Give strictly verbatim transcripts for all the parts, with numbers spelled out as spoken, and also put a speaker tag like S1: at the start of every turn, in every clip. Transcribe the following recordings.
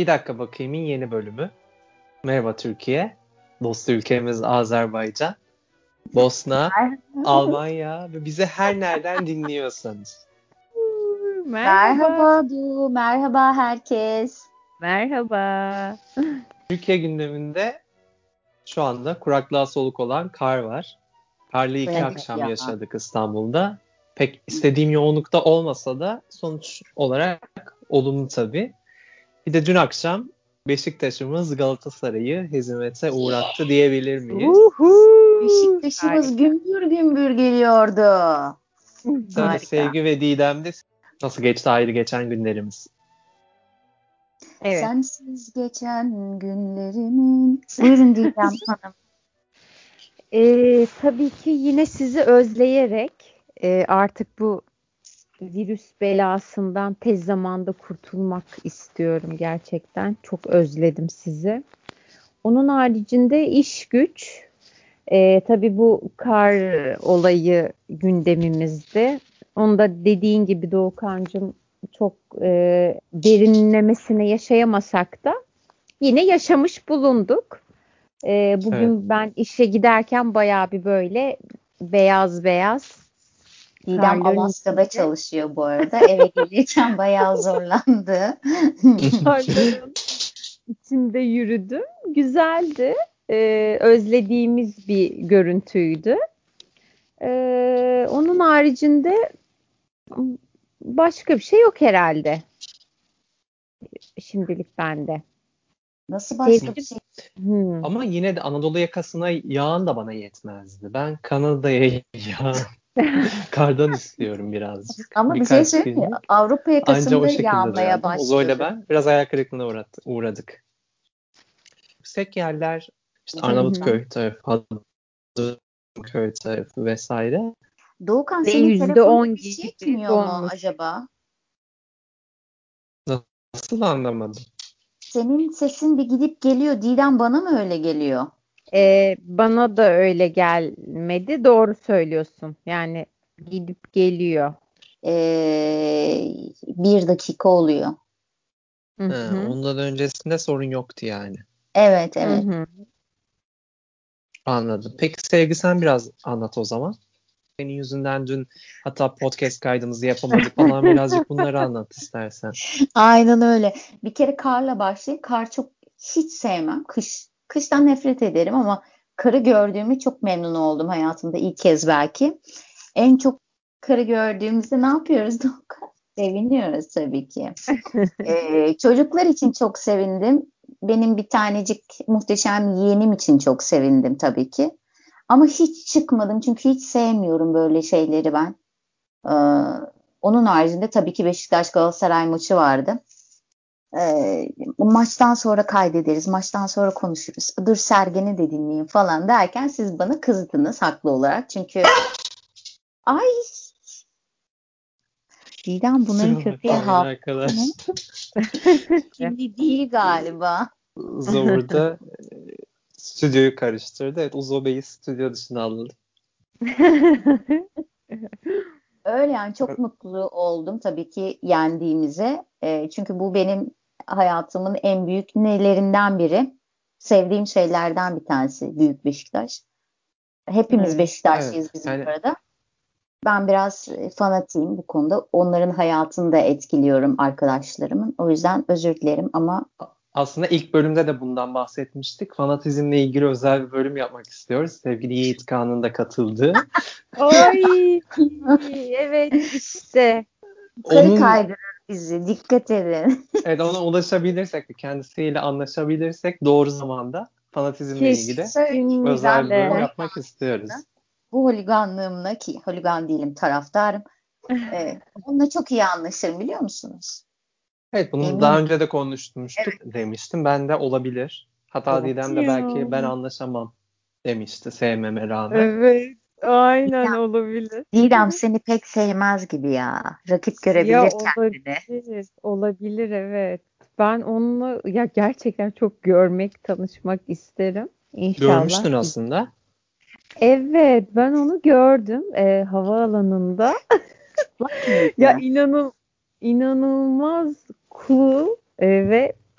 S1: Bir dakika bakayımın yeni bölümü. Merhaba Türkiye. Dost ülkemiz Azerbaycan, Bosna, Almanya ve bizi her nereden dinliyorsanız.
S2: Merhaba. Merhaba Du, merhaba herkes.
S3: Merhaba.
S1: Türkiye gündeminde şu anda kuraklığa soluk olan kar var. Karlı iki evet, akşam ya. yaşadık İstanbul'da. Pek istediğim yoğunlukta olmasa da sonuç olarak olumlu tabii. Bir de dün akşam Beşiktaş'ımız Galatasaray'ı hezimete uğrattı diyebilir miyiz?
S2: Beşiktaş'ımız gümbür gümbür geliyordu.
S1: Tabii Sevgi ve Didem'de nasıl geçti ayrı geçen günlerimiz?
S2: Evet. Sensiz geçen günlerimin. Buyurun Didem Hanım.
S3: Ee, tabii ki yine sizi özleyerek e, artık bu virüs belasından tez zamanda kurtulmak istiyorum gerçekten. Çok özledim sizi. Onun haricinde iş güç. Ee, tabii bu kar olayı gündemimizde. Onu da dediğin gibi Doğukancığım çok e, derinlemesine yaşayamasak da yine yaşamış bulunduk. E, bugün evet. Ben işe giderken bayağı bir böyle beyaz beyaz.
S2: Didem Alaska'da içinde çalışıyor bu arada. Eve gelirken bayağı zorlandı.
S3: Karların içinde yürüdüm. Güzeldi. Ee, özlediğimiz bir görüntüydü. Ee, onun haricinde başka bir şey yok herhalde. Şimdilik bende.
S2: Nasıl başka bir şey?
S1: Hmm. Ama yine de Anadolu yakasına yağan da bana yetmezdi. Ben Kanada'ya yağan kardan istiyorum birazcık.
S2: Ama
S1: Birkaç
S2: bir şey söyleyeyim mi? Avrupa yakasında yağmaya başladı.
S1: Uzo'yla ben biraz hayal kırıklığına uğradı, uğradık. Yüksek yerler işte Arnavutköy tarafı, Hadımköy tarafı vesaire.
S2: Doğukan senin telefonun bir şey etmiyor mu acaba?
S1: Nasıl anlamadım?
S2: Senin sesin bir gidip geliyor. Didem bana mı öyle geliyor?
S3: Ee, bana da öyle gelmedi. Doğru söylüyorsun. Yani gidip geliyor.
S2: Ee, bir dakika oluyor.
S1: He, ondan öncesinde sorun yoktu yani.
S2: Evet, evet. Hı hı.
S1: Anladım. Peki Sevgi sen biraz anlat o zaman. Senin yüzünden dün hatta podcast kaydımızı yapamadık falan birazcık bunları anlat istersen.
S2: Aynen öyle. Bir kere karla başlayayım. Kar çok hiç sevmem. Kış. Kıştan nefret ederim ama karı gördüğümü çok memnun oldum hayatımda ilk kez belki. En çok karı gördüğümüzde ne yapıyoruz? Seviniyoruz tabii ki. ee, çocuklar için çok sevindim. Benim bir tanecik muhteşem yeğenim için çok sevindim tabii ki. Ama hiç çıkmadım çünkü hiç sevmiyorum böyle şeyleri ben. Ee, onun haricinde tabii ki Beşiktaş Galatasaray maçı vardı. Ee, maçtan sonra kaydederiz, maçtan sonra konuşuruz. Dur Sergen'i de dinleyin falan derken siz bana kızdınız haklı olarak. Çünkü ay Didem bunların köpeği
S1: arkadaş.
S2: Şimdi değil galiba.
S1: Zorda stüdyoyu karıştırdı. Evet, Uzo Bey'i stüdyo dışına alındı.
S2: Öyle yani çok mutlu oldum tabii ki yendiğimize. E, çünkü bu benim hayatımın en büyük nelerinden biri. Sevdiğim şeylerden bir tanesi Büyük Beşiktaş. Hepimiz evet, Beşiktaşlıyız evet. bizim yani... arada. Ben biraz fanatiyim bu konuda. Onların hayatını da etkiliyorum arkadaşlarımın. O yüzden özür dilerim ama...
S1: Aslında ilk bölümde de bundan bahsetmiştik. Fanatizmle ilgili özel bir bölüm yapmak istiyoruz. Sevgili Yiğit Kağan'ın da katıldığı.
S3: Ay evet işte.
S2: Karı Onun... kaydırır bizi. Dikkat edin.
S1: Evet ona ulaşabilirsek, kendisiyle anlaşabilirsek doğru zamanda fanatizmle ilgili özel bir bölüm yapmak istiyoruz.
S2: Bu holiganlığımla ki holigan değilim taraftarım. e, onunla çok iyi anlaşırım biliyor musunuz?
S1: Evet bunu Eminim. Daha önce de konuşmuştuk evet. demiştim. Ben de olabilir. Hatta evet. Didem de belki ben anlaşamam demişti sevmeme rağmen.
S3: Evet aynen Didem, olabilir.
S2: Didem seni pek sevmez gibi ya. Rakip görebilir
S3: ya,
S2: kendini.
S3: Olabilir, olabilir evet. Ben onunla ya gerçekten çok görmek, tanışmak isterim. İnşallah.
S1: Görmüştün aslında.
S3: Evet ben onu gördüm e, havaalanında. ya inanın inanılmaz cool e, ve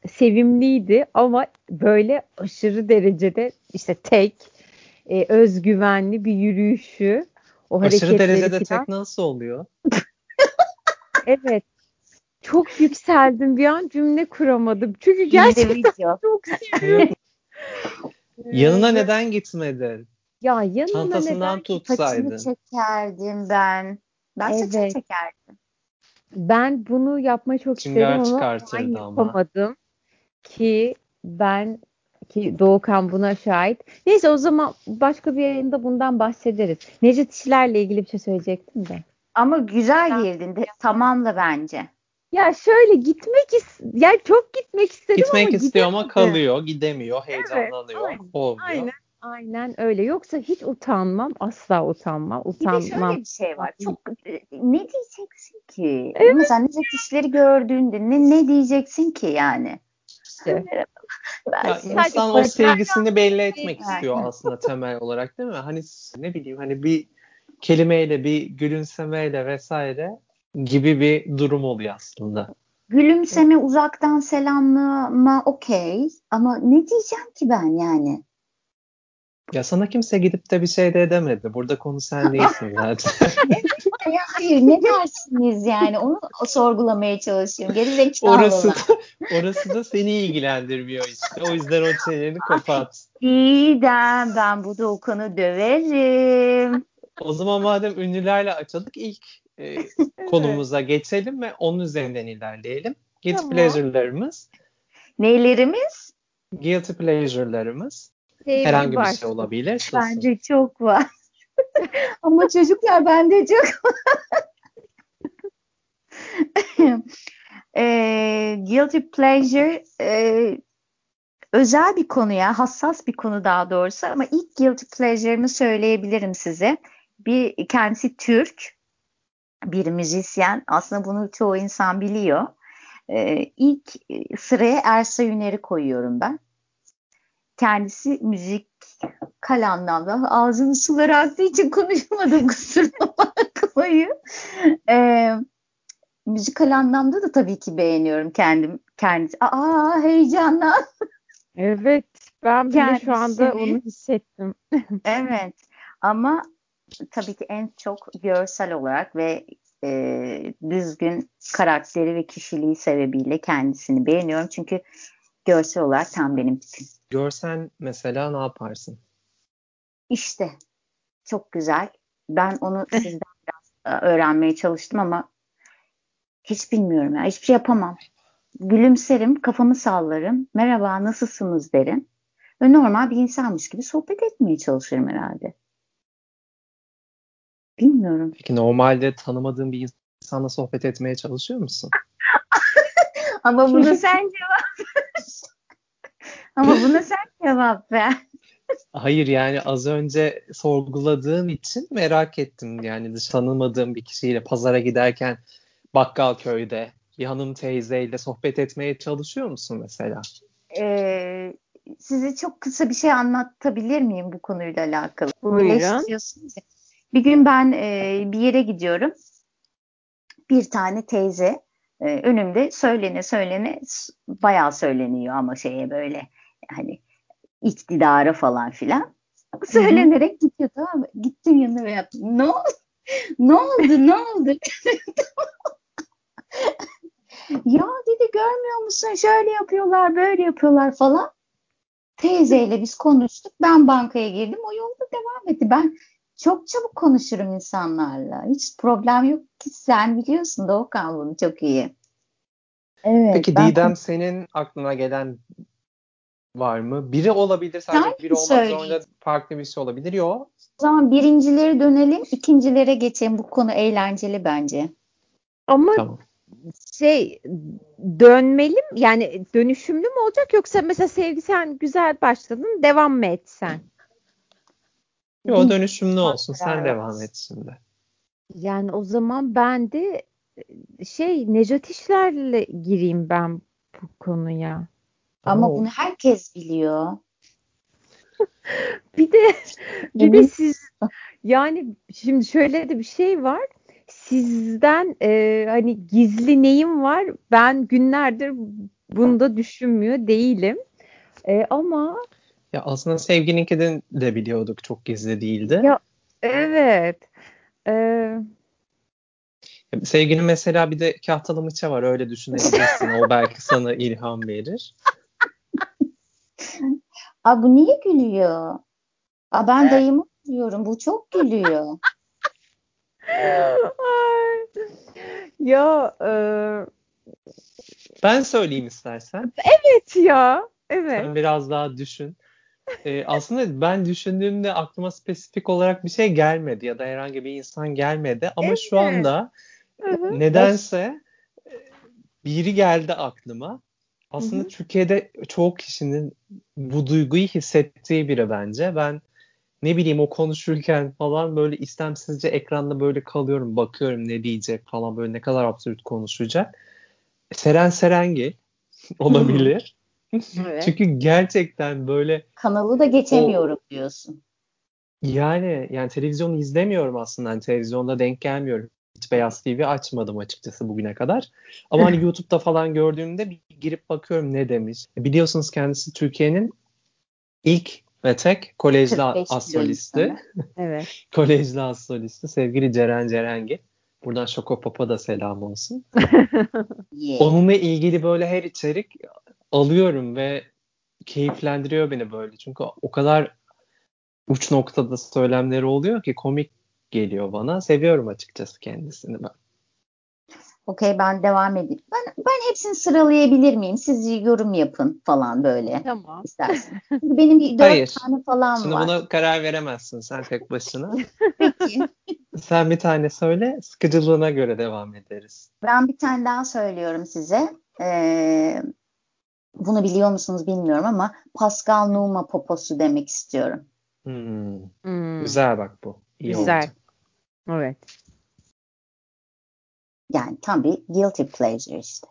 S3: sevimliydi ama böyle aşırı derecede işte tek, e, özgüvenli bir yürüyüşü, o
S1: Aşırı
S3: hareketleri
S1: derecede
S3: falan.
S1: tek nasıl oluyor?
S3: Evet, çok yükseldim, bir an cümle kuramadım. Çünkü
S2: İyi de
S3: gerçekten
S2: video.
S3: çok
S1: Hayır,
S3: seviyorum.
S1: yanına
S3: Ee,
S1: neden gitmedin?
S3: Ya yanına
S1: Çantasından
S3: neden?
S2: Saçını
S1: tutsaydın.
S2: çekerdim ben. Ben saçını
S3: Evet,
S2: çekerdim.
S3: ben bunu yapmayı çok istedim
S1: Çıngar
S3: ama o an
S1: çıkartırdı ama.
S3: yapamadım ki ben ki Doğukan buna şahit. Neyse, o zaman başka bir yayında bundan bahsederiz. Necdet İşler'le ilgili bir şey söyleyecektim de.
S2: Ama güzel girdin. De, tamamla bence.
S3: Ya şöyle gitmek is yani çok gitmek istedim ama
S1: Gitmek istiyor ama
S3: gidemedim.
S1: kalıyor, gidemiyor,
S3: Evet,
S1: heyecanlanıyor,
S3: aynen.
S1: olmuyor.
S3: Aynen. Aynen öyle. Yoksa hiç utanmam. Asla utanmam.
S2: Bir de
S3: Utanmam.
S2: şöyle bir şey var. Çok ne diyeceksin ki?
S3: Evet
S2: Mesela Necdet İşler'i gördüğünde ne ne diyeceksin ki yani?
S3: işte.
S2: Merhaba, ben
S1: Ya
S2: size
S1: insan o
S3: Bacak
S1: sevgisini belli etmek
S3: belli.
S1: istiyor aslında temel olarak, değil mi? Hani ne bileyim, hani bir kelimeyle, bir gülümsemeyle vesaire gibi bir durum oluyor aslında.
S2: gülümseme, uzaktan selamlama okey. Ama ne diyeceğim ki ben yani?
S1: Ya sana kimse gidip de bir şey de edemedi. Burada konu sen değilsin zaten.
S2: Ya hayır, ne dersiniz yani? Onu sorgulamaya çalışıyorum. Geri
S1: Orası
S2: zekalılar.
S1: da orası da seni ilgilendirmiyor işte. O yüzden o çeneni kapat.
S2: Didem, ben bu Doğukan'ı döverim.
S1: O zaman madem ünlülerle açıldık, ilk e,
S3: Evet.
S1: konumuza geçelim ve onun üzerinden ilerleyelim. Guilty
S3: Tamam.
S1: pleasure'larımız,
S2: Neylerimiz?
S1: guilty pleasure'larımız
S3: Sevgili
S1: herhangi bir şey
S3: başta.
S1: olabilir, susun.
S2: Bende çok var. Ama çocuklar bende çok. e, guilty pleasure e, özel bir konu ya, hassas bir konu daha doğrusu. Ama ilk guilty pleasure'ımı söyleyebilirim size. Bir kendisi Türk, bir müzisyen. Aslında bunu çoğu insan biliyor. E, ilk sıraya Ersa Üner'i koyuyorum ben. Kendisi müzikal anlamda, ağzının suları aktığı için konuşamadım, kusura bakmayın. Ee, müzikal anlamda da tabii ki beğeniyorum kendim. Kendisi. Aa, heyecanla
S3: Evet. Ben bile şu anda onu
S2: kendisini.
S3: hissettim.
S2: Evet. Ama tabii ki en çok görsel olarak ve e, düzgün karakteri ve kişiliği sebebiyle kendisini beğeniyorum. Çünkü görsel olarak tam benim tipim.
S1: Görsen mesela ne yaparsın?
S2: İşte çok güzel. Ben onu sizden biraz öğrenmeye çalıştım ama hiç bilmiyorum ya. Hiçbir şey yapamam. Gülümserim, kafamı sallarım. Merhaba, nasılsınız derim. Ve normal bir insanmış gibi sohbet etmeye çalışırım herhalde. Bilmiyorum.
S1: Peki normalde tanımadığın bir insanla sohbet etmeye çalışıyor musun?
S2: Ama buna sen cevap Ama buna sen cevap ver.
S1: Hayır, yani az önce sorguladığın için merak ettim. Yani dış tanımadığın bir kişiyle pazara giderken Bakkalköy'de bir hanım teyzeyle sohbet etmeye çalışıyor musun mesela?
S2: Ee, size çok kısa bir şey anlatabilir miyim bu konuyla alakalı?
S3: Buyurun.
S2: Birleştiriyorsunuz ya. Bir gün ben e, bir yere gidiyorum. Bir tane teyze e, önümde söylene söylene bayağı söyleniyor ama şeye böyle hani iktidara falan filan. Söylenerek gidiyor, tamam mı? Gittim yanına ve yaptım. Ne oldu? Ne oldu? Ne oldu? Ya dedi, görmüyor musun? Şöyle yapıyorlar, böyle yapıyorlar falan. Teyzeyle biz konuştuk. Ben bankaya girdim. O yolda devam etti. Ben çok çabuk konuşurum insanlarla. Hiç problem yok ki, sen biliyorsun Doğukan bunu çok iyi. Evet,
S1: Peki
S2: ben
S1: Didem, senin aklına gelen var mı? Biri olabilir, sadece biri
S2: konuşmayı
S1: olmak
S2: söyleyeyim.
S1: zorunda, farklı bir şey olabilir. Yok.
S2: O zaman birincilere dönelim, ikincilere geçelim. Bu konu eğlenceli bence.
S3: Ama
S1: Tamam.
S3: şey, dönmeli mi? Yani dönüşümlü mü olacak, yoksa mesela sevgi sen güzel başladın, devam mı etsen?
S1: Yok,
S2: Bilmiyorum,
S1: dönüşümlü olsun.
S2: karar
S1: Sen
S2: ver.
S1: devam et şimdi.
S3: Yani o zaman ben de şey, Nejat İşler'le gireyim ben bu konuya.
S1: Ama
S2: Ama
S1: o
S2: bunu herkes biliyor.
S3: Bir de bir de
S2: Emin.
S3: siz, yani şimdi şöyle de bir şey var. Sizden e, hani gizli neyim var? Ben günlerdir Bunu da düşünmüyor değilim. E, ama
S1: Ya aslında Sevgi'ninkini de biliyorduk. Çok gizli değildi.
S3: ya evet. E,
S1: Sevgi'nin mesela bir de kahtalı mıça var. Öyle düşünebilirsin. O belki sana ilham verir.
S2: Aa, bu niye gülüyor? Aa, ben dayımı diyorum. Bu çok gülüyor.
S3: Ay. Ya e,
S1: Ben söyleyeyim istersen.
S3: evet ya. Evet.
S1: Sen biraz daha düşün. Ee, aslında ben düşündüğümde aklıma spesifik olarak bir şey gelmedi ya da herhangi bir insan gelmedi. Ama şu
S3: Evet.
S1: anda
S3: Hı hı.
S1: nedense biri geldi aklıma.
S3: Hı
S1: Aslında
S3: hı.
S1: Türkiye'de çoğu kişinin bu duyguyu hissettiği biri bence. Ben ne bileyim o konuşurken falan böyle istemsizce ekranda böyle kalıyorum, bakıyorum ne diyecek falan, böyle ne kadar absürt konuşacak. Seren Serengil olabilir.
S3: Evet.
S1: Çünkü gerçekten böyle
S2: Kanalı da
S1: o,
S2: geçemiyorum diyorsun.
S1: yani yani televizyonu izlemiyorum aslında. Hani televizyonda denk gelmiyorum. Hiç Beyaz T V açmadım açıkçası bugüne kadar. Ama hani YouTube'da falan gördüğümde bir girip bakıyorum ne demiş. Biliyorsunuz kendisi Türkiye'nin ilk ve tek kolejli
S2: kırk beş kilo
S1: astrolisti.
S2: insanı.
S3: Evet.
S1: Kolejli astrolisti sevgili Ceren Cerengil. Buradan Şokopop'a da selam olsun.
S2: Yeah.
S1: Onunla ilgili böyle her içerik alıyorum ve keyiflendiriyor beni böyle. Çünkü o kadar uç noktada söylemleri oluyor ki komik geliyor bana. Seviyorum açıkçası kendisini ben.
S2: Okey, ben devam edeyim. Ben, ben hepsini sıralayabilir miyim? Siz yorum yapın falan böyle
S3: Tamam.
S2: istersen. Çünkü benim bir dört
S1: Hayır.
S2: tane falan
S1: Şimdi
S2: var.
S1: buna karar veremezsin sen tek başına.
S2: Peki.
S1: Sen bir tane söyle, sıkıcılığına göre devam ederiz.
S2: Ben bir tane daha söylüyorum size. Ee, bunu biliyor musunuz bilmiyorum ama Pascal Numa poposu demek istiyorum.
S1: Hmm.
S3: Hmm,
S1: Güzel bak bu. İyi
S3: güzel.
S1: oldu.
S3: Evet.
S2: Yani tam bir guilty pleasure işte.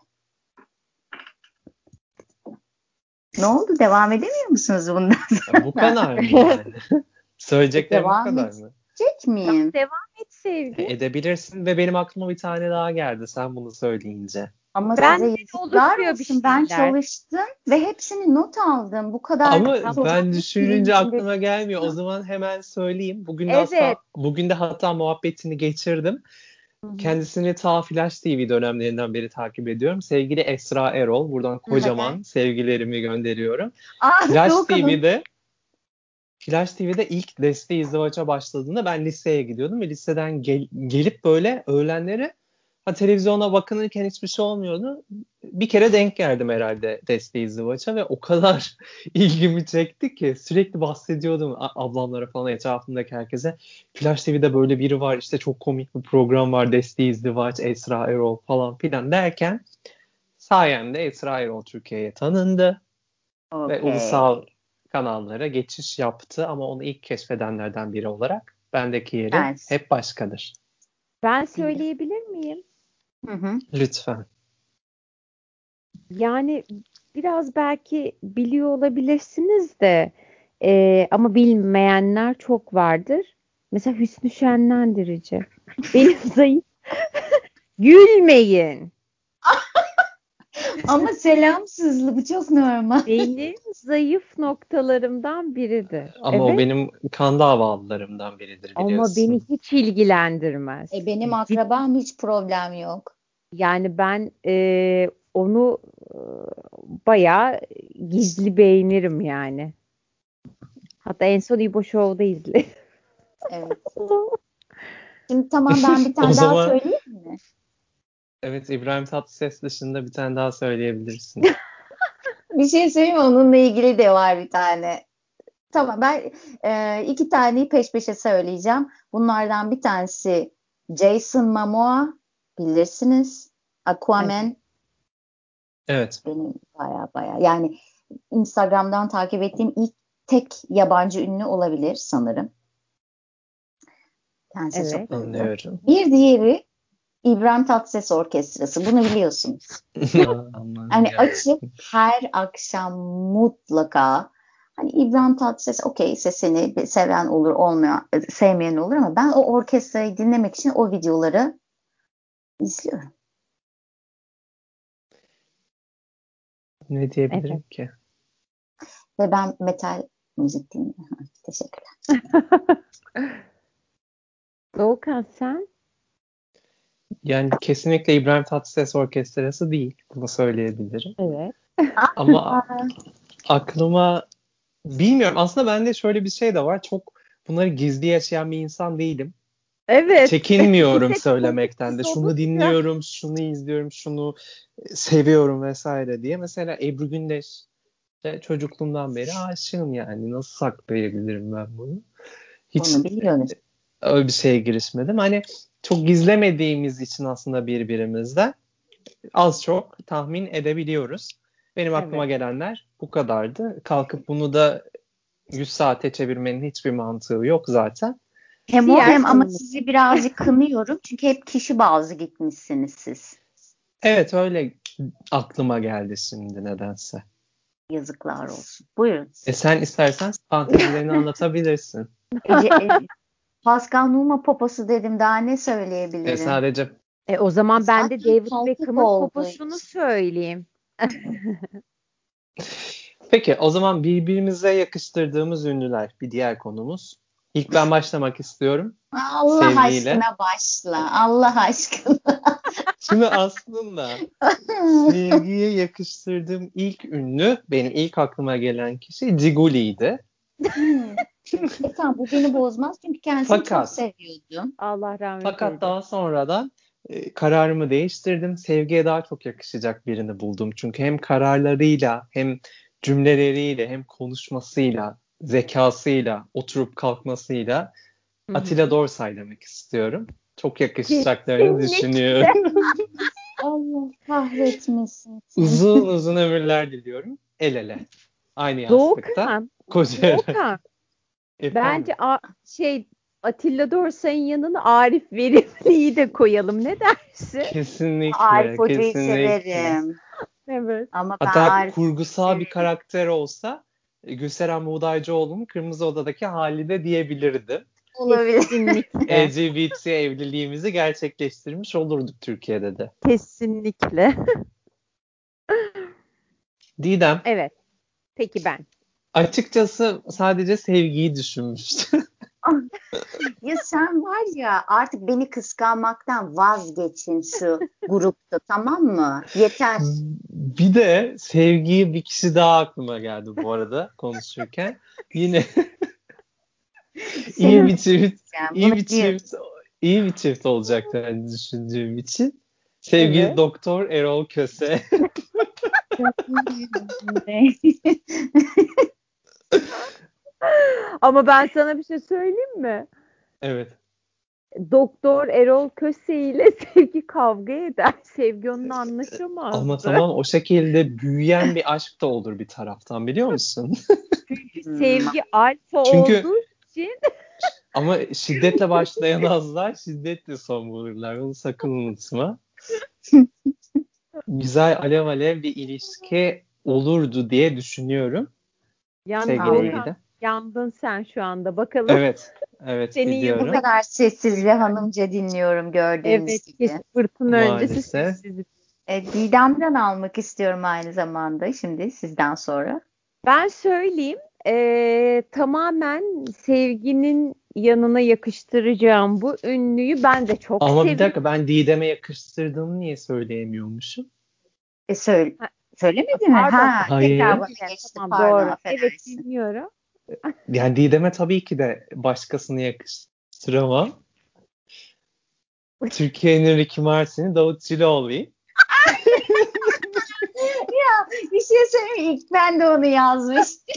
S2: Ne oldu? Devam edemiyor musunuz bundan
S1: Ya bu
S2: sonra?
S1: kadar mı yani?
S2: E,
S1: Söyleyeceklerim bu
S2: devam
S1: kadar mı?
S2: edecek miyim?
S3: Devam et
S1: E,
S3: Sevgi.
S1: edebilirsin ve benim aklıma bir tane daha geldi sen bunu söyleyince.
S2: Ama size
S3: Bende de
S2: yazıklar
S3: oluşuyor bir
S2: olsun. Ben
S3: şeyler.
S2: çalıştım ve hepsini not aldım. Bu kadar
S1: Ama
S3: Tamam.
S1: ben
S2: sorumluluk
S1: düşününce
S2: bilincinde.
S1: aklıma gelmiyor. O zaman hemen söyleyeyim. Bugün de
S3: Evet.
S1: asla, bugün de hatta muhabbetini geçirdim.
S3: Hı hı.
S1: Kendisini ta Flash T V dönemlerinden beri takip ediyorum. Sevgili Esra Erol. Buradan
S2: Evet.
S1: kocaman sevgilerimi gönderiyorum.
S2: Ah,
S1: Flash
S2: Doğukan'ın.
S1: T V'de Flash T V'de ilk Desteği İzdivaç'a başladığında ben liseye gidiyordum ve liseden gel- gelip böyle öğlenleri ha, televizyona bakınırken hiçbir şey olmuyordu. Bir kere denk geldim herhalde Desteği İzdivaç'a ve o kadar ilgimi çekti ki sürekli bahsediyordum a- ablamlara falan, etrafımdaki herkese. Flash T V'de böyle biri var, işte çok komik bir program var, Desteği İzdivaç, Esra Erol falan filan derken sayemde Esra Erol Türkiye'ye tanındı ve ulusal
S2: Okey.
S1: kanallara geçiş yaptı ama onu ilk keşfedenlerden biri olarak bendeki yeri
S2: Ters.
S1: hep başkadır.
S3: Ben
S2: Bir.
S3: söyleyebilir miyim?
S2: Hı hı.
S1: Lütfen.
S3: Yani biraz belki biliyor olabilirsiniz de e, ama bilmeyenler çok vardır. Mesela Hüsnü Şenlendirici. Benim zayıf. Gülmeyin.
S2: Ama selamsızlığı bu çok normal.
S3: Benim zayıf noktalarımdan biridir.
S1: Ama o
S3: Evet.
S1: benim kan davalarımdan biridir
S3: Ama beni
S1: biliyorsun.
S3: hiç ilgilendirmez.
S2: E, benim
S3: Cid-
S2: akrabam hiç problem yok.
S3: Yani ben e, onu e, bayağı gizli beğenirim yani. Hatta en son İbo Show'da izledim.
S2: Evet. Şimdi tamam, ben bir
S1: O
S2: tane daha
S1: zaman
S2: söyleyeyim mi?
S1: evet, İbrahim Tatlıses dışında bir tane daha söyleyebilirsin.
S2: Bir şey söyleyeyim mi? Onunla ilgili de var bir tane. Tamam, ben e, iki taneyi peş peşe söyleyeceğim. Bunlardan bir tanesi Jason Momoa, bilirsiniz.
S3: Evet.
S2: Aquaman
S1: Evet.
S2: benim baya baya yani Instagram'dan takip ettiğim ilk tek yabancı ünlü olabilir sanırım. Kendisi
S3: Evet.
S2: çok ünlü.
S1: Anlıyorum.
S2: Bir diğeri İbrahim Tatlıses Orkestrası. Bunu biliyorsunuz.
S1: Aman
S2: Hani
S1: ya.
S2: açıp her akşam mutlaka, hani İbrahim Tatlıses okey, sesini seven olur, olmayan sevmeyen olur ama ben o orkestrayı dinlemek için o videoları izliyorum.
S1: Ne diyebilirim
S3: Evet.
S1: ki?
S2: Ve ben metal müzik dinliyorum. Teşekkürler.
S3: Doğukan sen?
S1: Yani kesinlikle İbrahim Tatlıses Orkestrası değil. Bunu söyleyebilirim.
S3: Evet.
S1: Ama aklıma bilmiyorum. Aslında bende şöyle bir şey de var. Çok bunları gizli yaşayan bir insan değilim.
S3: Evet.
S1: Çekinmiyorum
S3: Bir tek
S1: söylemekten de.
S3: çocukluğumuz
S1: Şunu
S3: olunca.
S1: dinliyorum, şunu izliyorum, şunu seviyorum vesaire diye. Mesela Ebru Gündeş de çocukluğumdan beri aşığım yani. Nasıl saklayabilirim ben bunu? Hiç
S2: Onu biliyoruz.
S1: öyle bir şeye girişmedim. Hani çok gizlemediğimiz için aslında birbirimizden az çok tahmin edebiliyoruz. Benim aklıma
S3: Evet.
S1: gelenler bu kadardı. Kalkıp bunu da yüz saate çevirmenin hiçbir mantığı yok zaten.
S2: Hem o
S3: Diğer
S2: hem ama
S3: konumuz.
S2: sizi birazcık kınıyorum. Çünkü hep kişi bazlı gitmişsiniz siz.
S1: Evet, öyle aklıma geldi şimdi nedense.
S2: Yazıklar olsun. Buyurun.
S1: E sen istersen fantezilerini anlatabilirsin.
S2: Ece, e, Pascal Numa poposu dedim. Daha ne
S1: E
S2: söyleyebilirim?
S1: sadece
S3: E, o zaman ben de
S2: Zaten
S3: David
S2: kalkık
S3: Beckham'ın
S2: olduğu
S3: poposunu
S2: için.
S3: söyleyeyim.
S1: Peki o zaman birbirimize yakıştırdığımız ünlüler bir diğer konumuz. İlk ben başlamak istiyorum.
S2: Allah
S1: Sevgiyle.
S2: aşkına başla. Allah aşkına.
S1: Şimdi aslında sevgiye yakıştırdığım ilk ünlü, benim ilk aklıma gelen kişi Ciguli'ydi.
S2: Hmm. E tamam, bu beni bozmaz çünkü kendisini çok
S1: Fakat
S2: seviyordum.
S3: Allah rahmet
S1: fakat
S3: eylesin.
S1: daha sonradan e, kararımı değiştirdim. Sevgiye daha çok yakışacak birini buldum. Çünkü hem kararlarıyla, hem cümleleriyle, hem konuşmasıyla, zekasıyla, oturup kalkmasıyla
S3: Hı hı.
S1: Attila Dorsay demek istiyorum. Çok yakışacaklarını
S3: Kesinlikle.
S1: düşünüyorum.
S2: Allah kahretmesin seni.
S1: Uzun uzun ömürler diliyorum. El ele. Aynı yastıkta.
S3: Doğukan,
S1: Kocayarak.
S3: Doğukan.
S1: Efendim.
S3: Bence a- şey Atilla Dorsay'ın yanına Arif Verimli'yi de koyalım. Ne dersin?
S1: Kesinlikle.
S2: Arif Hoca'yı
S1: Kesinlikle.
S2: severim.
S3: Evet.
S2: Ama ben
S1: Hatta
S2: Arif
S1: kurgusal bir
S2: severim.
S1: karakter olsa e, Gülseren Buğdaycıoğlu'nun Kırmızı Oda'daki Halide diyebilirdim.
S2: Olabilir.
S3: Kesinlikle.
S1: L G B T evliliğimizi gerçekleştirmiş olurduk Türkiye'de de.
S3: Kesinlikle.
S1: Didem,
S3: Evet. Peki ben.
S1: açıkçası sadece sevgiyi düşünmüştüm.
S2: Ya sen var ya, artık beni kıskanmaktan vazgeçin şu grupta, tamam mı? Yeter.
S1: Bir de sevgiyi bir kişi daha aklıma geldi bu arada konuşurken. Yine iyi
S2: Seni
S1: bir çift,
S2: yani
S1: iyi
S2: bunu
S1: bir
S2: biliyorum.
S1: çift, iyi bir çift olacaklarını düşündüğüm için. Sevgili
S3: Evet.
S1: Doktor Erol Köse.
S3: Ama ben sana bir şey söyleyeyim mi?
S1: Evet.
S3: Doktor Erol Köse ile Sevgi kavga eder. Sevgi onunla
S1: Ama
S3: anlaşamazdı.
S1: tamam, o şekilde büyüyen bir aşk da olur bir taraftan, biliyor musun?
S3: Çünkü
S2: Hmm.
S3: Sevgi alfa
S1: Çünkü
S3: olduğu için
S1: ama şiddetle başlayan azlar şiddetle son bulurlar. Onu sakın unutma. Güzel alev alev bir ilişki olurdu diye düşünüyorum
S3: yani Doğukan
S1: sevgileriyle.
S3: yandın sen şu anda. Bakalım
S1: Evet. Evet,
S3: senin
S2: Bu
S1: biliyorum.
S3: yanına
S2: kadar sessiz ve hanımca dinliyorum gördüğünüz
S3: evet
S2: gibi.
S3: kesin fırtına öncesi
S1: Maalesef.
S3: sessizlik.
S2: E, Didem'den almak istiyorum aynı zamanda şimdi sizden sonra.
S3: Ben söyleyeyim eee, tamamen Sevgi'nin yanına yakıştıracağım bu ünlüyü ben de çok
S1: Ama bir
S3: seviyorum.
S1: dakika, ben Didem'e yakıştırdığımı niye söyleyemiyormuşum?
S2: E söyle,
S3: Ha,
S2: söylemedi mi?
S3: Pardon.
S2: Ha, tekrar bana
S1: Hayır.
S3: Evet,
S2: geçti.
S3: tamam
S2: Pardon,
S3: doğru. Evet
S2: affedersin.
S3: dinliyorum.
S1: Yani Didem'e tabii ki de başkasını yakıştıramam. Türkiye'nin Ricky Martin'i Davut Ciloğlu'yu.
S2: Ya bir şey söyleyeyim mi? İlk ben de onu yazmıştım.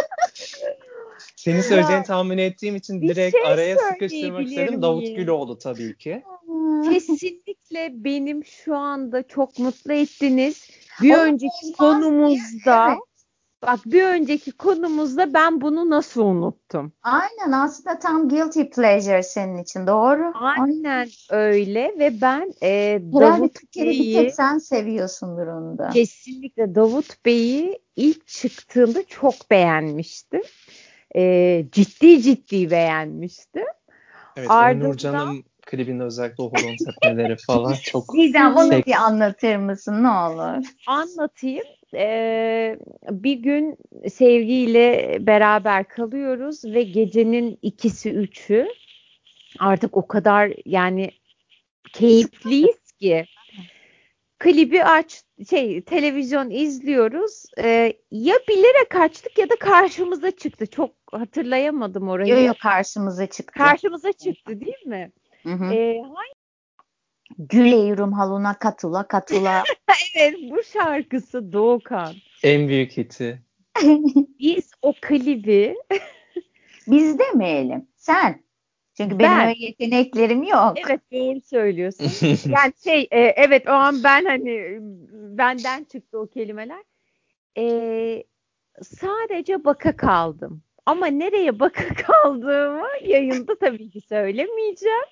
S1: Senin
S3: Ya
S1: söyleyeceğini tahmin ettiğim için
S3: bir
S1: direkt
S3: şey
S1: araya sıkıştırmak
S3: söyleyebilir
S1: istedim. Davut
S3: miyim?
S1: Güloğlu tabii ki.
S3: Kesinlikle benim şu anda çok mutlu ettiniz. Bir
S2: Onu
S3: önceki
S2: bozmaz
S3: konumuzda
S2: Evet.
S3: bak bir önceki konumuzda ben bunu nasıl unuttum?
S2: Aynen, aslında tam guilty pleasure senin için, doğru. Ay,
S3: Aynen öyle ve ben e,
S2: herhalde
S3: Davut
S2: Türkiye'de bir tek
S3: Bey'i
S2: sen seviyorsundur onu da.
S3: kesinlikle Davut Bey'i ilk çıktığında çok beğenmiştim. E, ciddi ciddi beğenmiştim.
S1: Evet, o
S3: Ardından
S1: Nurcan'ın klibinde özellikle o horon tepmeleri falan çok
S2: Didem, onu
S1: sek.
S2: bir anlatır mısın ne olur?
S3: anlatayım. e, bir gün sevgiyle beraber kalıyoruz ve gecenin ikisi üçü artık o kadar yani keyifliyiz ki klibi aç şey televizyon izliyoruz. Ee, ya bilerek açtık ya da karşımıza çıktı. Çok hatırlayamadım orayı.
S2: Yok yok, karşımıza çıktı.
S3: Karşımıza çıktı değil mi?
S2: Hı hı.
S3: Ee,
S2: Güleyrum haluna katula katula.
S3: evet, bu şarkısı Doğukan.
S1: En büyük hiti.
S3: Biz o klibi
S2: Biz demeyelim. Sen. Çünkü benim
S3: ben
S2: öyle yeteneklerim yok.
S3: evet doğru söylüyorsun. Yani şey e, evet o an ben hani benden çıktı o kelimeler. Ee, sadece baka kaldım. Ama nereye baka kaldığımı yayında tabii ki söylemeyeceğim.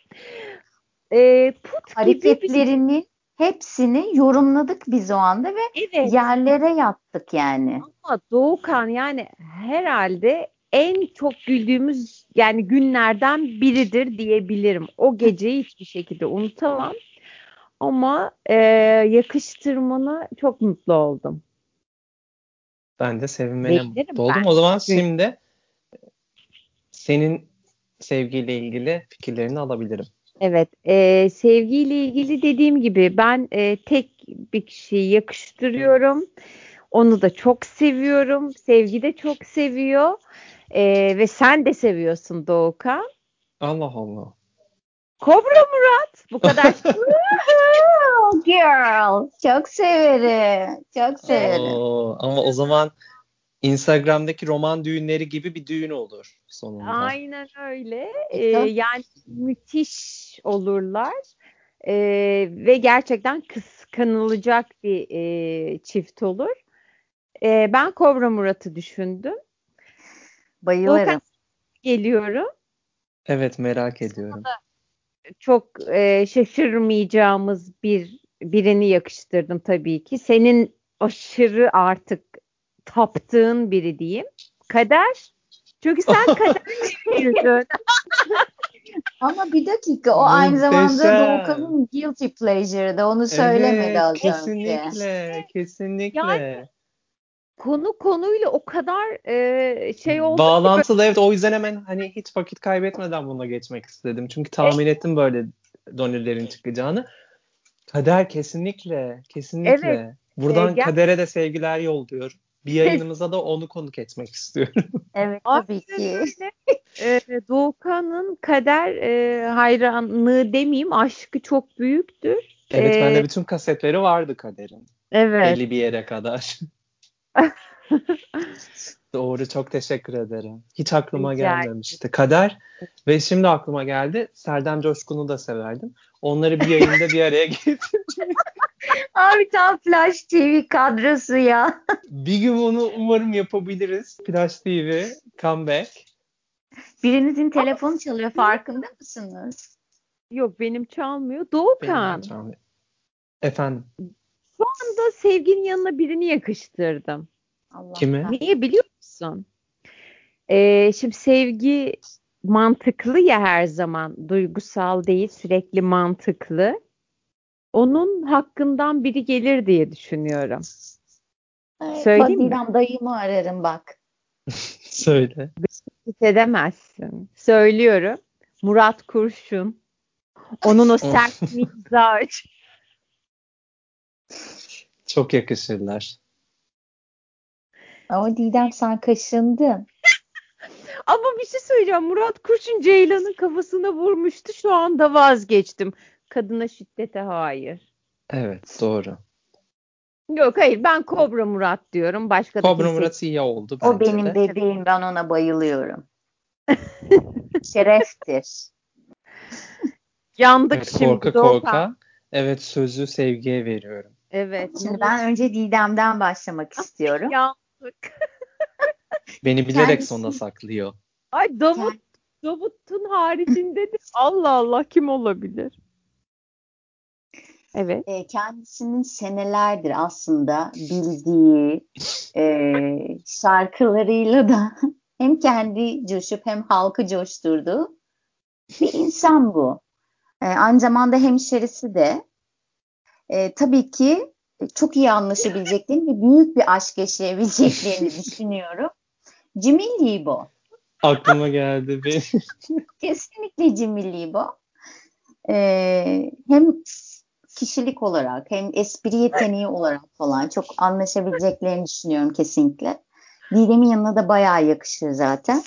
S3: Ee, put gibi bir
S2: Hareketlerinin hepsini yorumladık biz o anda ve
S3: evet.
S2: yerlere yattık yani.
S3: Ama Doğukan yani herhalde en çok güldüğümüz yani günlerden biridir diyebilirim. O geceyi hiçbir şekilde unutamam. Ama e, yakıştırmana çok mutlu oldum.
S1: Ben de sevinmene
S3: Beklerim
S1: mutlu oldum.
S3: ben.
S1: O zaman
S3: Çünkü-
S1: şimdi senin sevgiyle ilgili fikirlerini alabilirim.
S3: Evet, e, sevgiyle ilgili dediğim gibi ben e, tek bir kişiyi yakıştırıyorum. Onu da çok seviyorum. Sevgi de çok seviyor. E, ve sen de seviyorsun Doğukan.
S1: Allah Allah.
S3: Kobra Murat. Bu kadar.
S2: Woohoo, girl. Çok severim. Çok severim.
S1: Oo, ama o zaman Instagram'daki roman düğünleri gibi bir düğün olur sonunda.
S3: Aynen öyle. E,
S2: E, tabii.
S3: yani müthiş olurlar. E, ve gerçekten kıskanılacak bir e, çift olur. E, ben Kobra Murat'ı düşündüm. Doğukan
S2: Bayılırım.
S3: geliyorum.
S1: Evet, merak ediyorum.
S3: Çok e, şaşırmayacağımız bir birini yakıştırdım tabii ki. Senin aşırı artık taptığın biri diyeyim. Kader. Çünkü sen kaderle büyüdün.
S2: Ama bir dakika, o aynı zamanda
S1: Muhteşem.
S2: Doğukan'ın guilty pleasure'dı. Onu söylemedi
S1: Evet,
S2: az önce.
S1: kesinlikle,
S3: Yani
S1: kesinlikle.
S3: konu konuyla o kadar e, şey oldu ki böyle.
S1: Bağlantılı, evet, o yüzden hemen hani hiç vakit kaybetmeden buna geçmek istedim. Çünkü tahmin ettim böyle dönürlerin çıkacağını. Kader kesinlikle,
S3: Evet,
S1: kesinlikle.
S3: e,
S1: Buradan
S3: gel.
S1: Kader'e de sevgiler yolluyorum. Bir yayınımıza da onu konuk etmek istiyorum.
S2: Evet, tabii
S3: Aynen
S2: ki.
S3: öyle. E, Doğukan'ın kader e, hayranlığı demeyeyim, aşkı çok büyüktür.
S1: Evet,
S3: E,
S1: bende bütün kasetleri vardı Kader'in.
S3: evet.
S1: Belli bir yere kadar. Doğru, çok teşekkür ederim. Hiç aklıma
S3: Rica
S1: gelmemişti. Kader ve şimdi aklıma geldi. Serdar Coşkun'u da severdim. Onları bir yayında bir araya getirdim.
S2: Abi tam Flash T V kadrosu ya.
S1: Bir gün bunu umarım yapabiliriz. Flash T V comeback.
S2: Birinizin telefonu çalıyor, farkında mısınız?
S3: Yok benim çalmıyor.
S1: Benim de
S3: Doğukan.
S1: canım. Efendim,
S3: Şu anda sevginin yanına birini yakıştırdım.
S2: Allah
S1: kimi?
S2: kahretsin.
S3: Niye biliyor musun? Ee, şimdi sevgi mantıklı ya her zaman. Duygusal değil, sürekli mantıklı. Onun hakkından biri gelir diye düşünüyorum.
S2: Evet, bak
S3: Söyleyeyim mi?
S2: Didem, dayımı ararım bak.
S1: Söyle.
S3: Hiç edemezsin. Söylüyorum. Murat Kurşun. Onun o sert mizaç.
S1: Çok yakışırlar.
S2: Ama Didem, sen kaşındın.
S3: Ama bir şey söyleyeceğim. Murat Kurşun Ceylan'ın kafasına vurmuştu. Şu anda vazgeçtim. Kadına şiddete hayır.
S1: Evet, doğru.
S3: Yok hayır ben Kobra Murat diyorum. Başka da
S1: Kobra
S3: kimse.
S1: Murat iyi oldu
S2: O
S1: bence
S2: benim
S1: de.
S2: bebeğim, ben ona bayılıyorum. Şereftir.
S3: Yandık
S1: Evet,
S3: şimdi
S1: korka
S3: Doğukan.
S1: korka. Evet, sözü sevgiye veriyorum.
S3: Evet ne
S2: Şimdi
S3: oldu?
S2: ben önce Didem'den başlamak istiyorum.
S3: Yandık.
S1: Beni bilerek sona
S2: Kendisi,
S1: saklıyor.
S3: Ay Davut,
S2: kend-
S3: Davut'un haricinde de Allah Allah kim olabilir? Evet.
S2: e, kendisinin senelerdir aslında bildiği e, şarkılarıyla da hem kendi coşup hem halkı coşturduğu bir insan bu. E, aynı zamanda hemşerisi de. E, tabii ki çok iyi anlaşabileceklerini ve büyük bir aşk yaşayabileceklerini düşünüyorum. Cemil Libo.
S1: Aklıma geldi bir.
S2: Kesinlikle Cemil Libo. Ee, hem kişilik olarak hem espri yeteneği olarak falan çok anlaşabileceklerini düşünüyorum kesinlikle. Didem'in yanına da bayağı yakışır zaten.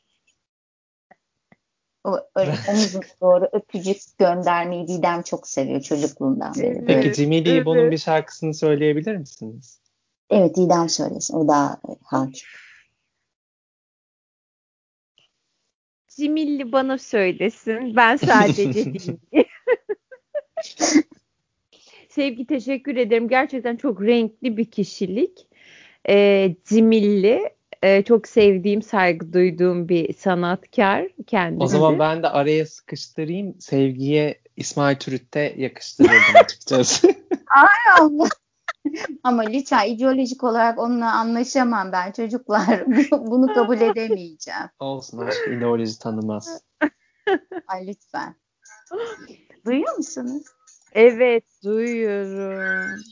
S2: O, öyle omuzuna doğru öpücük göndermeyi Didem çok seviyor çocukluğundan beri.
S3: Evet,
S1: Peki Cemil Libo'nun
S3: evet.
S1: bir şarkısını söyleyebilir misiniz?
S2: Evet, Didem söylesin. O daha e, hakim.
S3: Cimilli bana söylesin. Ben sadece dinleyeyim. Sevgi, teşekkür ederim. Gerçekten çok renkli bir kişilik. Ee, cimilli. Ee, çok sevdiğim, saygı duyduğum bir sanatkar
S1: O zaman
S3: kendisi.
S1: ben de araya sıkıştırayım. Sevgiye İsmail Türüt'te yakıştırırdım açıkçası.
S2: Ay Allah. Ama lütfen ideolojik olarak onunla anlaşamam ben çocuklar. Bunu kabul edemeyeceğim.
S1: Olsun, aşk ideoloji tanımaz.
S2: Ay lütfen. Duyuyor musunuz?
S3: Evet, duyuyorum.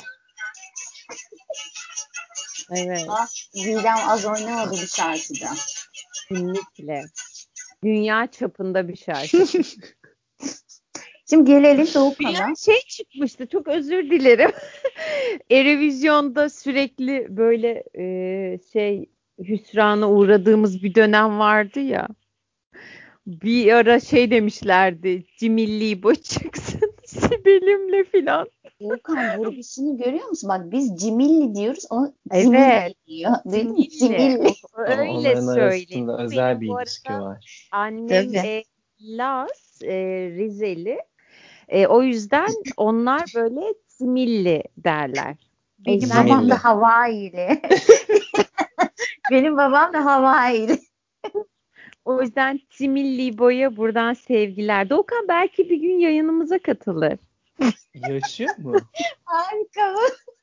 S3: Evet,
S2: Ah, Didem az oynamadı bir şarkıda.
S3: kesinlikle. Dünya çapında bir şarkı.
S2: Şimdi gelelim
S3: Bir
S2: Doğukan'a.
S3: şey çıkmıştı. Çok özür dilerim. Erevizyon'da sürekli böyle e, şey hüsrana uğradığımız bir dönem vardı ya. Bir ara şey demişlerdi. Cimilli bu çıksın Sibel'imle filan.
S2: Doğukan vurgusunu görüyor musun? Bak biz Cimilli diyoruz, o
S3: Evet.
S2: Cimilli diyor. Duydun mu?
S3: Cimilli.
S2: Cimilli.
S3: O,
S1: Ama
S3: öyle
S1: onların
S3: söyleniyor.
S1: arasında özel
S3: Benim
S1: bir
S3: bu
S1: ilişki
S3: arada
S1: var.
S3: annem
S2: Tabii.
S3: e, Laz, e, Rizeli. E, o yüzden onlar böyle Cimilli derler. O
S2: Benim
S3: yüzden
S2: babam
S1: Cimilli.
S2: da Hawaii'li. Benim babam da Hawaii'li.
S3: O yüzden Cimilli Boy'a buradan sevgiler. Doğukan belki bir gün yayınımıza katılır.
S1: Yaşıyor mu?
S2: Harika.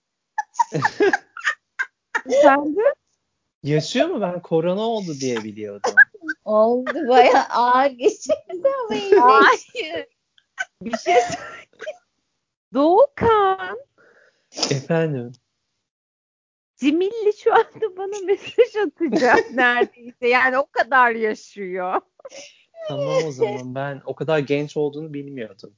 S3: Efendim?
S1: Yaşıyor mu? Ben korona oldu diye biliyordum.
S2: Oldu, bayağı ağır geçirdi ama iyileşti.
S3: Hayır. Bir şey söyle. Doğukan.
S1: Efendim?
S3: Cimilli şu anda bana mesaj atacak neredeyse. Yani o kadar yaşıyor.
S1: Tamam o zaman. Ben o kadar genç olduğunu bilmiyordum.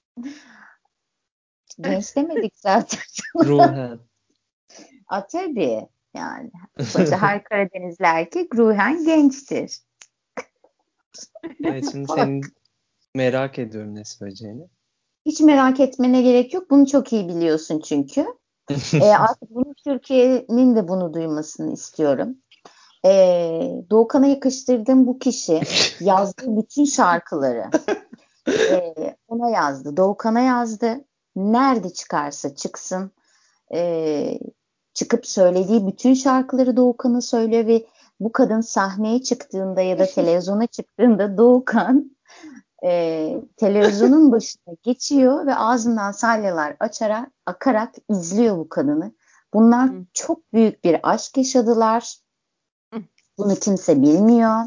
S2: Genç demedik zaten.
S1: Ruhen.
S2: A, tabii yani. Sonuçta her Karadenizli erkek ruhen gençtir.
S1: Evet, şimdi senin merak ediyorum ne söyleyeceğini.
S2: Hiç merak etmene gerek yok. Bunu çok iyi biliyorsun çünkü. E, artık bunu Türkiye'nin de bunu duymasını istiyorum. E, Doğukan'a yakıştırdığım bu kişi yazdığı bütün şarkıları e, ona yazdı. Doğukan'a yazdı. Nerede çıkarsa çıksın. E, çıkıp söylediği bütün şarkıları Doğukan'a söylüyor ve bu kadın sahneye çıktığında ya da televizyona çıktığında Doğukan e, televizyonun başına geçiyor ve ağzından salyalar açarak, akarak izliyor bu kadını. Bunlar
S3: Hı.
S2: çok büyük bir aşk yaşadılar. Bunu kimse bilmiyor.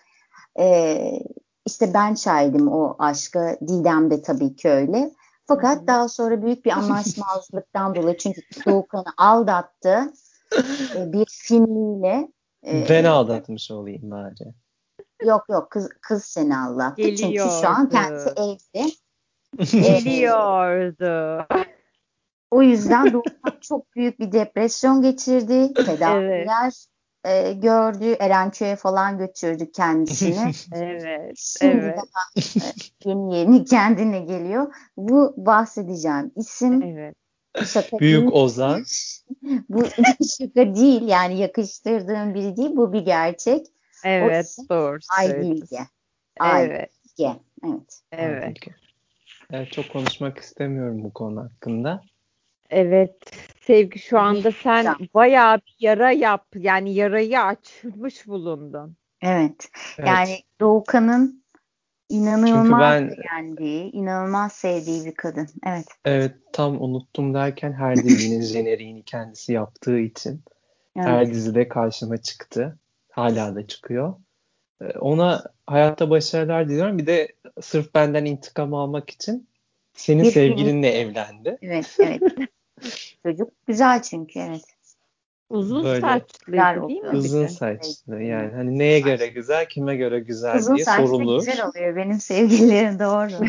S2: E, işte ben şahidim o aşka. Didem de tabii ki öyle. Fakat daha sonra büyük bir anlaşmazlıktan dolayı, çünkü Doğukan'ı aldattı e, bir filmiyle.
S1: Ben
S2: E,
S1: aldatmış olayım bari.
S2: yok yok, kız, kız seni aldattı. Çünkü şu an kendisi
S3: Geliyordu.
S2: evli. E,
S3: Geliyordu.
S2: O yüzden Doğukan çok büyük bir depresyon geçirdi.
S3: Evet.
S2: Tedaviler e, gördü. Erenköy'e falan götürdü kendisini.
S3: Evet.
S2: Şimdi
S3: Evet.
S2: daha e, yeni yeni kendine geliyor. Bu bahsedeceğim isim
S3: Evet.
S2: şaka
S1: Büyük
S2: değil.
S1: Ozan.
S2: Bu şaka değil, yani yakıştırdığım biri değil. Bu bir gerçek. O
S3: Evet.
S2: isim
S3: Doğru
S2: Ay
S3: söylüyorsun.
S2: Bilge. Ay
S3: Evet.
S2: Bilge. Evet.
S1: Ay
S3: Evet.
S1: Bilge. Evet, çok konuşmak istemiyorum bu konu hakkında.
S3: Evet. Sevgi, şu anda sen
S2: Bilge.
S3: bayağı bir yara yap. Yani yarayı açmış bulundun.
S2: Evet. Yani
S1: Evet.
S2: Doğukan'ın
S1: Çünkü
S2: İnanılmaz
S1: ben
S2: beğendiği, inanılmaz sevdiği bir kadın. Evet.
S1: evet tam unuttum derken her dizinin jeneriğini kendisi yaptığı için her
S2: Evet.
S1: dizide karşıma çıktı. Hala da çıkıyor. Ee, Ona hayatta başarılar diliyorum. Bir de sırf benden intikam almak için senin
S2: Bir film.
S1: sevgilinle evlendi.
S2: Evet, evet. Çocuk güzel çünkü, evet.
S3: Uzun
S1: Böyle
S3: saçlıydı değil mi bir
S1: uzun
S3: de?
S1: saçlı. Yani hani neye göre güzel, kime göre güzel
S2: Uzun
S1: diye
S2: saçlı
S1: sorulur.
S2: güzel oluyor benim sevgililerim, doğru.